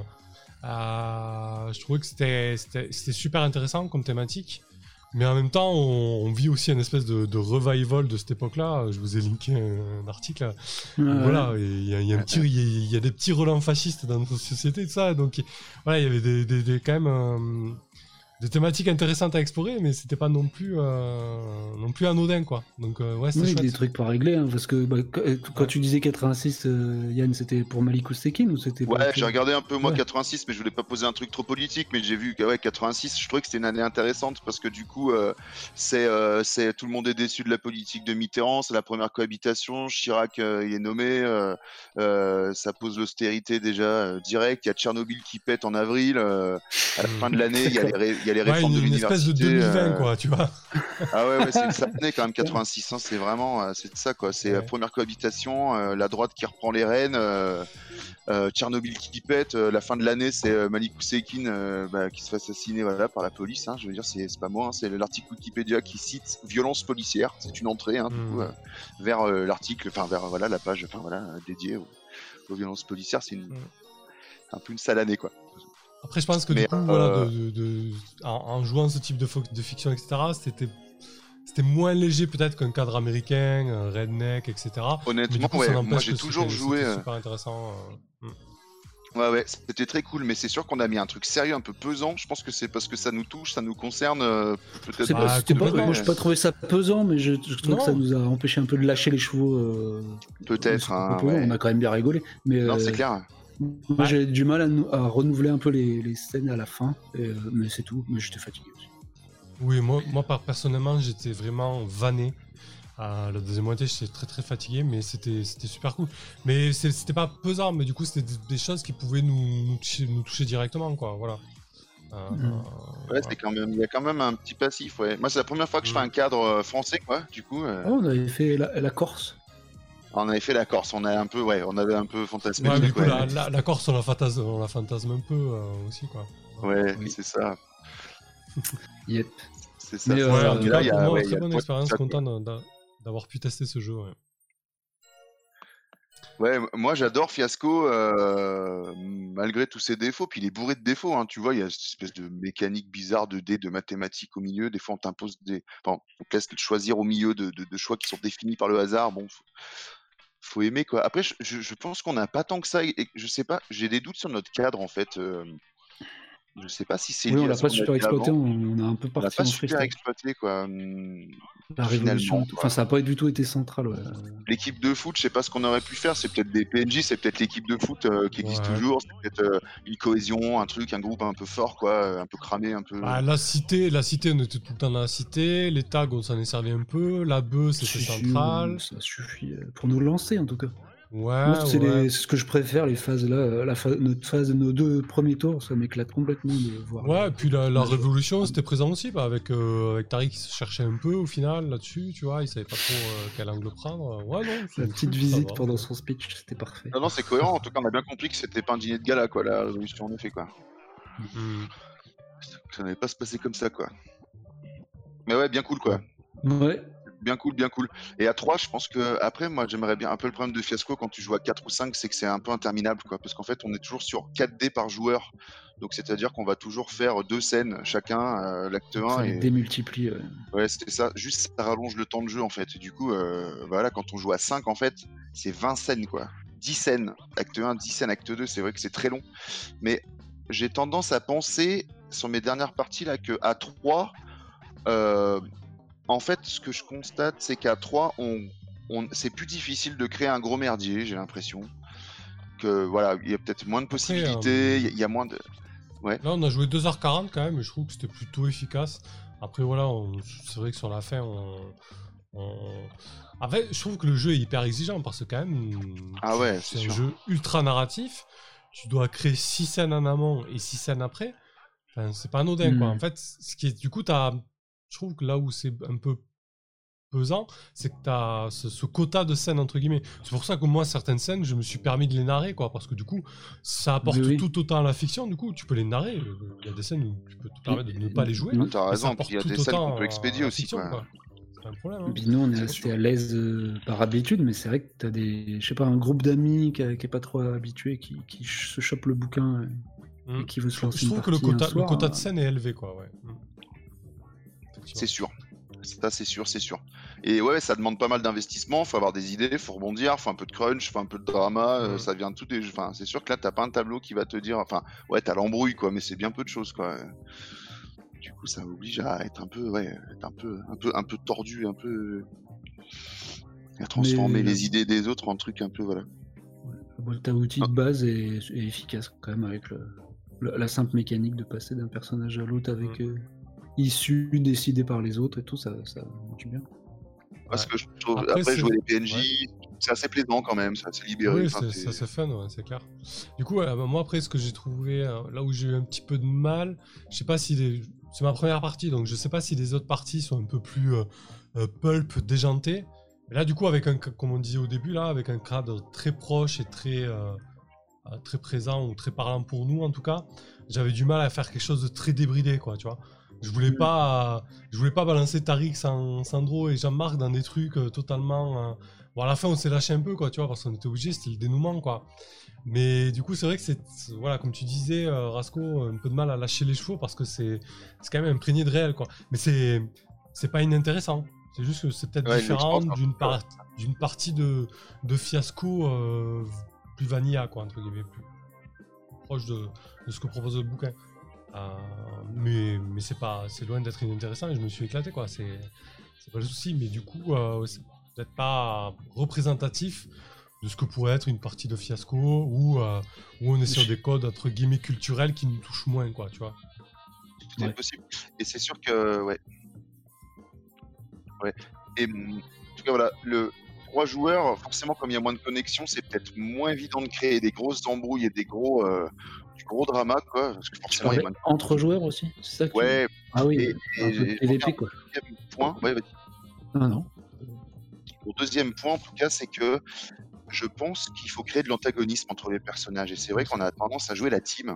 euh, je trouvais que c'était, c'était, c'était super intéressant comme thématique. Mais en même temps, on, on vit aussi une espèce de, de revival de cette époque-là. Je vous ai linké un, un article. Ouais, ouais. Voilà, il y a, il y a un petit, il y a, il y a des petits relents fascistes dans notre société, tout ça. Donc, voilà, il y avait des, des, des quand même euh, des thématiques intéressantes à explorer, mais c'était pas non plus, euh, non plus anodin, quoi. Donc, euh, ouais, c'était Oui, chouette. des trucs pas réglés, hein, parce que bah, quand, quand Ouais. tu disais quatre-vingt-six, euh, Yann, c'était pour Malik Oussekine ou c'était pour Ouais, autre j'ai chose? regardé un peu moi Ouais. quatre-vingt-six, mais je voulais pas poser un truc trop politique, mais j'ai vu que ouais, quatre-vingt-six, je trouvais que c'était une année intéressante parce que du coup, euh, c'est, euh, c'est tout le monde est déçu de la politique de Mitterrand, c'est la première cohabitation, Chirac euh, il est nommé, euh, euh, ça pose l'austérité déjà euh, direct, il y a Tchernobyl qui pète en avril, euh, à la fin de l'année, il y a les, D'accord. ré- il y a les Ouais, réformes une, de une espèce de l'université. deux mille vingt, euh, quoi, tu vois. Ah ouais, ouais, c'est une sale année quand même, quatre-vingt-six, hein, c'est vraiment, euh, c'est ça quoi, c'est la Ouais. première cohabitation, euh, la droite qui reprend les rênes. euh, euh, Tchernobyl qui pète, euh, la fin de l'année, c'est euh, Malik Oussekine euh, bah, qui se fait assassiner voilà, par la police. Hein, je veux dire, c'est, c'est pas moi, hein, c'est l'article Wikipédia qui cite violence policière. C'est une entrée, hein, du coup, Hmm. euh, vers euh, l'article, enfin vers voilà la page, enfin voilà euh, dédiée aux, aux violences policières. C'est une, Hmm. un peu une sale année, quoi. Après, je pense que Mais du coup, voilà, euh, de, de, de- en, en jouant ce type de, fo- de fiction, et cetera, c'était, c'était moins léger peut-être qu'un cadre américain, euh, redneck, et cetera. Mais honnêtement, du coup, ça ouais, moi n'empêche j'ai que toujours c'était, joué. c'était euh, super intéressant. euh. Hmm. Ouais, ouais, c'était très cool, mais c'est sûr qu'on a mis un truc sérieux, un peu pesant. Je pense que c'est parce que ça nous touche, ça nous concerne, euh, peut-être C'est de pas, Ah, c'était pas, complètement. moi, j'ai pas trouvé ça pesant, mais je, je trouve que ça Non, nous a empêché un peu de lâcher les chevaux euh, de peut-être, ce hein, propos. On ouais. a quand même bien rigolé. Mais Non, c'est euh, clair. moi, Ouais. j'ai du mal à, nou- à renouveler un peu les, les scènes à la fin. Et, euh, mais c'est tout. Mais j'étais fatigué aussi. Oui, moi, moi par- personnellement, j'étais vraiment vanné. À la deuxième moitié, j'étais très très fatigué, mais c'était, c'était super cool. Mais c'est- c'était pas pesant, mais du coup, c'était des, des choses qui pouvaient nous, nous, toucher, nous toucher directement, quoi. Voilà. Euh, Mm. Ouais, voilà. c'est quand même, il y a quand même un petit passif, ouais. Moi, c'est la première fois que je fais Mm. un cadre euh, français, quoi. Du coup, euh, Ah, on avait fait la, la Corse. on avait fait la Corse, on a un peu, ouais, on avait un peu fantasmé Ouais, le mais du truc, coup, ouais. la, la, la Corse, on la fantasme, on la fantasme un peu euh, aussi, quoi. Ouais, Oui. c'est ça, Yep. c'est ça. Mais, c'est Ouais, ça. en Euh, tout Mais là, cas, il y pour a, moi, ouais, il y très a le bonne poids de expérience, ça, quoi. content d'a- d'avoir pu tester ce jeu. Ouais. Ouais, m- moi j'adore Fiasco, euh, malgré tous ses défauts. Puis il est bourré de défauts, hein. Tu vois, il y a cette espèce de mécanique bizarre de dés, de mathématiques au milieu. Des fois, on t'impose des, enfin, on te laisse choisir au milieu de, de- de choix qui sont définis par le hasard. Bon, faut, faut aimer, quoi. Après, je, je- je pense qu'on n'a pas tant que ça. Et, et je sais pas, j'ai des doutes sur notre cadre en fait. euh, je sais pas si c'est Oui, on lié à l'a ce pas qu'on a super fait exploité. avant. On, on a un peu On l'a parti pas en super freestyle. exploité, quoi. hum, La révolution, Finalement, et tout. quoi. Enfin, ça n'a pas du tout été central. Ouais. L'équipe de foot, je sais pas ce qu'on aurait pu faire. C'est peut-être des P N J, c'est peut-être l'équipe de foot euh, qui existe Ouais. toujours. C'est peut-être euh, une cohésion, un truc, un groupe un peu fort, quoi, euh, un peu cramé, un peu. Bah, la cité, la cité, on était tout le temps dans la cité. Les tags, on s'en est servi un peu. La bœuf, c'était Si, si, central. ça suffit euh, pour nous lancer en tout cas. Moi, Ouais, c'est ouais. les- c'est ce que je préfère, les phases là. euh, La phase, notre phase, nos deux premiers tours, ça m'éclate complètement de voir. Ouais, et puis la, la Ouais, je- révolution, c'était présent aussi, bah, avec, euh, avec Tariq qui se cherchait un peu au final là-dessus, tu vois, il savait pas trop euh, quel angle prendre. Ouais, non, La c'est petite cool, ça visite va, pendant ça va. son speech, c'était parfait. Non, non, c'est cohérent. En tout cas, on a bien compris que c'était pas un dîner de gala, quoi, la révolution, en effet, quoi. Hmm. Ça n'allait pas se passer comme ça, quoi. Mais ouais, bien cool, quoi. Ouais. Bien cool, bien cool. Et à trois, je pense que après, moi, j'aimerais bien un peu le problème de Fiasco quand tu joues à quatre ou cinq, c'est que c'est un peu interminable, quoi. Parce qu'en fait, on est toujours sur quatre dés par joueur. Donc, c'est-à-dire qu'on va toujours faire deux scènes chacun, euh, l'acte Donc un. ça Et démultiplie. ouais. ouais, c'était ça. Juste, ça rallonge le temps de jeu, en fait. Et du coup, euh, voilà, quand on joue à cinq, en fait, c'est vingt scènes, quoi. dix scènes, acte un, dix scènes, acte deux. C'est vrai que c'est très long. Mais j'ai tendance à penser, sur mes dernières parties, là, que à trois, euh, en fait, ce que je constate, c'est qu'à trois, on, on, c'est plus difficile de créer un gros merdier, j'ai l'impression. Que voilà, il y a peut-être moins de possibilités, il euh... y, y a moins de. Ouais. Là, on a joué deux heures quarante quand même, et je trouve que c'était plutôt efficace. Après, voilà, on... c'est vrai que sur la fin, on. on... Après, je trouve que le jeu est hyper exigeant parce que, quand même, ah ouais, c'est, c'est un jeu ultra narratif. Tu dois créer six scènes en amont et six scènes après. Enfin, c'est pas anodin, mmh. quoi. En fait, ce qui est, du coup, t'as, je trouve que là où c'est un peu pesant, c'est que t'as ce, ce quota de scènes, entre guillemets. C'est pour ça que moi, certaines scènes, je me suis permis de les narrer, quoi, parce que du coup, ça apporte oui, oui. tout autant à la fiction, du coup, tu peux les narrer. Il y a des scènes où tu peux te permettre de ne pas les jouer. Non, t'as raison, il y a des scènes qu'on peut expédier aussi, fiction, quoi. quoi. C'est un problème, hein. Et puis nous, on est resté à l'aise euh, par habitude, mais c'est vrai que t'as des, je sais pas, un groupe d'amis qui, a, qui est pas trop habitué, qui, qui se chope le bouquin et, mmh. et qui veut se lancer. Je trouve que le quota, soir, le quota de scène est élevé, quoi, ouais. Mmh. C'est sûr. Ça, c'est sûr, c'est sûr. Et ouais, ça demande pas mal d'investissement, faut avoir des idées, faut rebondir, faut un peu de crunch, faut un peu de drama, mmh. euh, ça vient de tout des... Enfin, c'est sûr que là, t'as pas un tableau qui va te dire... Enfin, ouais, t'as l'embrouille, quoi, mais c'est bien peu de choses, quoi. Du coup, ça oblige à être un peu, ouais, être un peu, un peu, un peu tordu, un peu... à transformer mais... les idées des autres en trucs un peu, voilà. Ouais. Ta outil de base est, est efficace, quand même, avec le, le, la simple mécanique de passer d'un personnage à l'autre avec... Mmh. Euh... issus décidés par les autres et tout, ça, ça marche bien. Parce que je trouve, après, après jouer les P N J, ouais. c'est assez plaisant quand même, c'est assez libéré. Oui, enfin, c'est, c'est... ça c'est fun, ouais, c'est clair. Du coup, euh, moi après, ce que j'ai trouvé, euh, là où j'ai eu un petit peu de mal, je sais pas si les... c'est ma première partie, donc je sais pas si les autres parties sont un peu plus euh, euh, pulp, déjantées. Mais là, du coup, avec un, comme on disait au début, là, avec un cadre très proche et très, euh, très présent ou très parlant pour nous, en tout cas, j'avais du mal à faire quelque chose de très débridé, quoi, tu vois. Je voulais pas, je voulais pas balancer Tariq, Sandro et Jean-Marc dans des trucs euh, totalement. Euh... Bon, à la fin, on s'est lâché un peu, quoi, tu vois, parce qu'on était obligé, c'était le dénouement, quoi. Mais du coup, c'est vrai que c'est, voilà, comme tu disais, euh, Rasco, un peu de mal à lâcher les chevaux parce que c'est, c'est quand même imprégné de réel, quoi. Mais c'est, c'est pas inintéressant. C'est juste que c'est peut-être ouais, différent d'une, par... d'une partie de, de fiasco euh, plus vanilla, quoi, entre guillemets, plus proche de, de ce que propose le bouquin. Euh, mais mais c'est pas c'est loin d'être inintéressant et je me suis éclaté, quoi, c'est c'est pas le souci, mais du coup euh, c'est peut-être pas représentatif de ce que pourrait être une partie de fiasco où euh, où on est sur des codes entre guillemets culturels qui nous touchent moins, quoi, tu vois. C'est ouais. possible, et c'est sûr que ouais ouais et en tout cas voilà, le trois joueurs, forcément, comme il y a moins de connexion, c'est peut-être moins évident de créer des grosses embrouilles et des gros euh, du gros drama, quoi, parce que forcément il y a moins de... entre joueurs aussi, c'est ça que ouais tu... ah oui, et, un peu de P V P, quoi. Point, ouais, vas-y. Ah non. Mon deuxième point, en tout cas, c'est que je pense qu'il faut créer de l'antagonisme entre les personnages, et c'est vrai qu'on a tendance à jouer la team,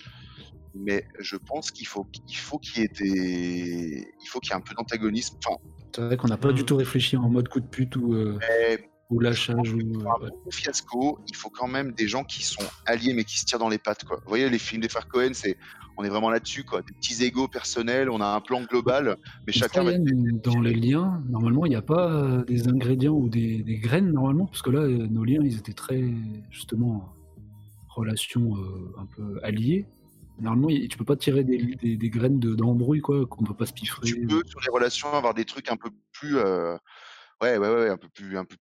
mais je pense qu'il faut qu'il faut qu'il y ait des... il faut qu'il y ait un peu d'antagonisme. Enfin, c'est vrai qu'on n'a pas mmh. du tout réfléchi en mode coup de pute ou, euh, ou lâchage. Ou, pour un bon fiasco, il faut quand même des gens qui sont alliés mais qui se tirent dans les pattes, quoi. Vous voyez, les films des frères Cohen, c'est, on est vraiment là-dessus, quoi. Des petits égos personnels, on a un plan global, mais chacun va... Dans les liens, normalement, il n'y a pas euh, des ingrédients ou des, des graines, normalement, parce que là, euh, nos liens, ils étaient très, justement, relations euh, un peu alliées. Normalement, tu peux pas tirer des, des, des graines de, d'embrouille, quoi, qu'on peut pas se piffrer. Tu peux, sur les relations, avoir des trucs un peu plus... Euh... Ouais, ouais, ouais, un peu plus... Un peu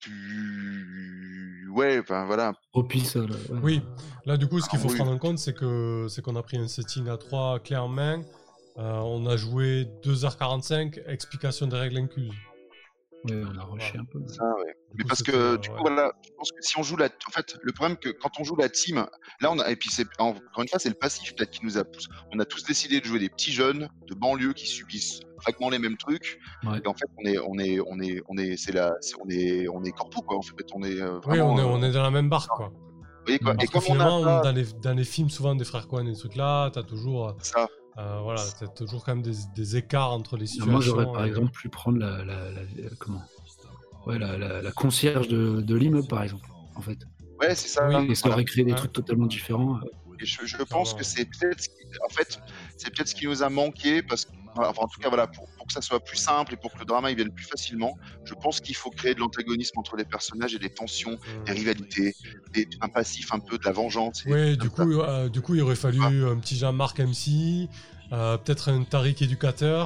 plus... Ouais, enfin, voilà. Propice, là. Ouais. Oui, là, du coup, ce qu'il faut ah, oui. prendre en compte, c'est, que, c'est qu'on a pris un setting à trois clés en main. Euh, on a joué deux heures quarante-cinq, explication des règles incluses. Ouais, on a rushé un peu. Ça, ouais. Mais parce que, euh, du coup, ouais. voilà, je pense que si on joue la... En fait, le problème, que quand on joue la team, là, on a... Et puis, c'est... encore une fois, c'est le passif, peut-être, qui nous a poussé. On a tous décidé de jouer des petits jeunes de banlieue qui subissent vaguement les mêmes trucs. Ouais. Et en fait, on est... On est... On est... On est... C'est la... C'est... On est... On est corpo, quoi. En fait, on est euh, vraiment... Oui, on est... Euh... on est dans la même barque, quoi. Vous voyez, quoi. Parce et comme finalement, on a... dans, les... dans les films, souvent, des frères Coen et des trucs-là, t'as toujours... Ça. Euh, voilà, t'as toujours quand même des, des écarts entre les situations. Moi, j'aurais, par et... exemple, pu prendre la... la, la, la... Comment Ouais, la, la, la concierge de, de l'immeuble, par exemple, en fait. Ouais, c'est ça. Oui, et ça aurait créé des ouais. trucs totalement différents. Et je, je pense que c'est peut-être, ce qui, en fait, c'est peut-être ce qui nous a manqué, parce que, enfin, en tout cas, voilà, pour, pour que ça soit plus simple et pour que le drama il vienne plus facilement, je pense qu'il faut créer de l'antagonisme entre les personnages et des tensions, mmh. des rivalités, des, un passif un peu de la vengeance. Oui, du coup, euh, du coup, il aurait fallu ouais. un petit Jean-Marc M C, euh, peut-être un Tariq éducateur.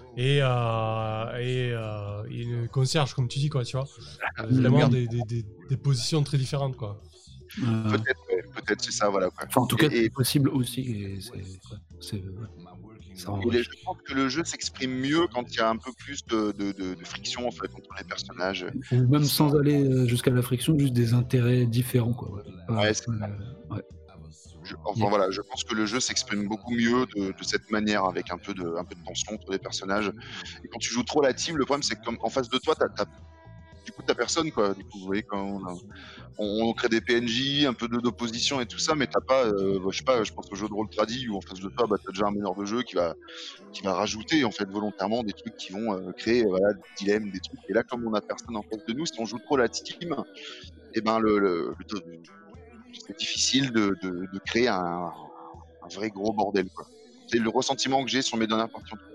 et, euh, et, euh, et une concierge, comme tu dis, quoi, tu vois. Euh, La vraiment merde. des, des, des, des positions très différentes, quoi. Euh, Peut-être, ouais, peut-être, c'est ça, voilà. Quoi. Enfin, en tout cas, Et, et, c'est possible aussi. Et c'est, ouais, c'est, ouais, ça et les- enrichit. je pense que le jeu s'exprime mieux quand il y a un peu plus de, de, de, de friction en fait entre les personnages. Ou même Ils sont- sans aller euh, jusqu'à la friction, juste des intérêts différents, quoi. Ouais. Euh, Ouais, c'est- euh, ouais. je, enfin Yeah. voilà, je pense que le jeu s'exprime beaucoup mieux de, de cette manière, avec un peu de, un peu de tension entre les personnages. Et quand tu joues trop la team, le problème c'est que comme en face de toi, t'as, t'as, du coup t'as personne quoi. Du coup, vous voyez quand on, a- on, on crée des P N J, un peu de- d'opposition et tout ça, mais t'as pas, euh, je sais pas, je pense au jeu de rôle tradi où en face de toi, bah, t'as déjà un meneur de jeu qui va, qui va rajouter en fait volontairement des trucs qui vont euh, créer euh, voilà, des dilemmes, des trucs. Et là, comme on a personne en face de nous, si on joue trop la team, et ben le, le, le- c'est difficile de, de, de créer un, un vrai gros bordel quoi. C'est le ressentiment que j'ai sur mes dernières parties en tout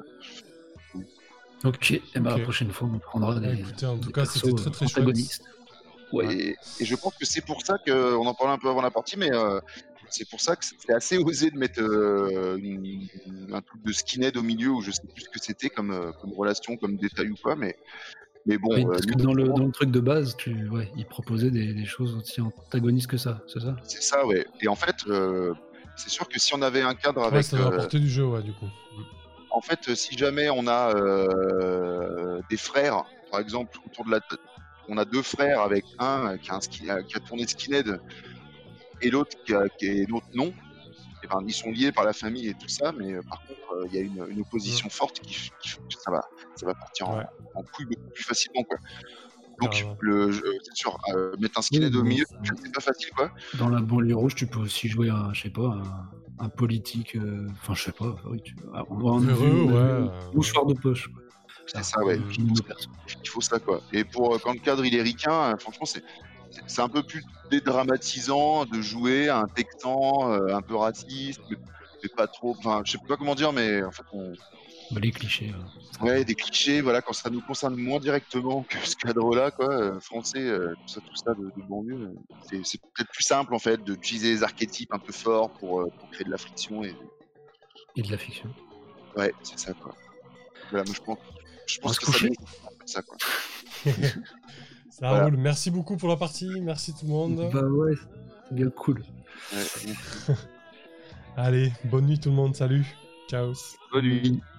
cas. Ok, et ben Ok. la prochaine fois, on prendra Ah, des, écoutez, en tout des cas, persos c'était très très euh, chouette. antagonistes. Ouais. Ouais. Et, et je pense que c'est pour ça que, on en parlait un peu avant la partie, mais euh, c'est pour ça que c'est assez osé de mettre euh, une- un truc de skinhead au milieu où je sais plus ce que c'était comme, euh, comme relation, comme détail ou quoi, mais, mais bon, Oui, euh, parce que nous, dans le, justement, dans le truc de base, tu, ouais, ils proposaient des, des choses aussi antagonistes que ça, c'est ça? c'est ça, ouais. Et en fait, euh, c'est sûr que si on avait un cadre Ouais, avec, ça doit euh, apporter du jeu, ouais, du coup. en fait, si jamais on a euh, des frères, par exemple, autour de la tête, on a deux frères avec un qui a, un ski- qui a tourné skinhead et l'autre qui, a- qui est l'autre non. Eh ben, ils sont liés par la famille et tout ça, mais euh, par contre, euh, il y a une, une opposition forte qui, f- qui fait que ça va, ça va partir en, Ouais, en couille beaucoup plus facilement, quoi. Donc, carrément. le, jeu- c'est sûr, euh, mettre un Oui, skinhead au bon, milieu, c'est pas facile, quoi. dans la banlieue rouge, tu peux aussi jouer un, je sais pas, un, un politique, euh, enfin, je sais pas, oui, tu, ah, on, on a vu, Véreux, on a ouais. vu euh, mouchoir de poche, quoi. C'est Ça, ça, ouais. Mm. Je filme pense nos qu'il persos. il faut ça, quoi. Et pour euh, quand le cadre il est ricain, euh, franchement, c'est c'est c'est un peu plus dédramatisant de jouer à un Texan euh, un peu raciste, mais, mais pas trop. Enfin, je sais pas comment dire, mais en fait, on, Bah, les clichés. euh, ça ouais, va. des clichés, voilà, quand ça nous concerne moins directement que ce cadre-là, quoi, euh, français, euh, tout ça, tout ça de, de banlieue, euh, c'est c'est peut-être plus simple en fait d'utiliser des archétypes un peu forts pour, euh, pour créer de la friction et Et de la fiction. ouais, c'est ça quoi. Voilà, moi je pense, je On va pense se que ça coucher? nécessite un peu de ça quoi. Ça Voilà. roule. Merci beaucoup pour la partie. Merci tout le monde. Bah ouais, c'est bien cool. Ouais, Allez, bonne nuit tout le monde. Salut. Ciao. bonne nuit.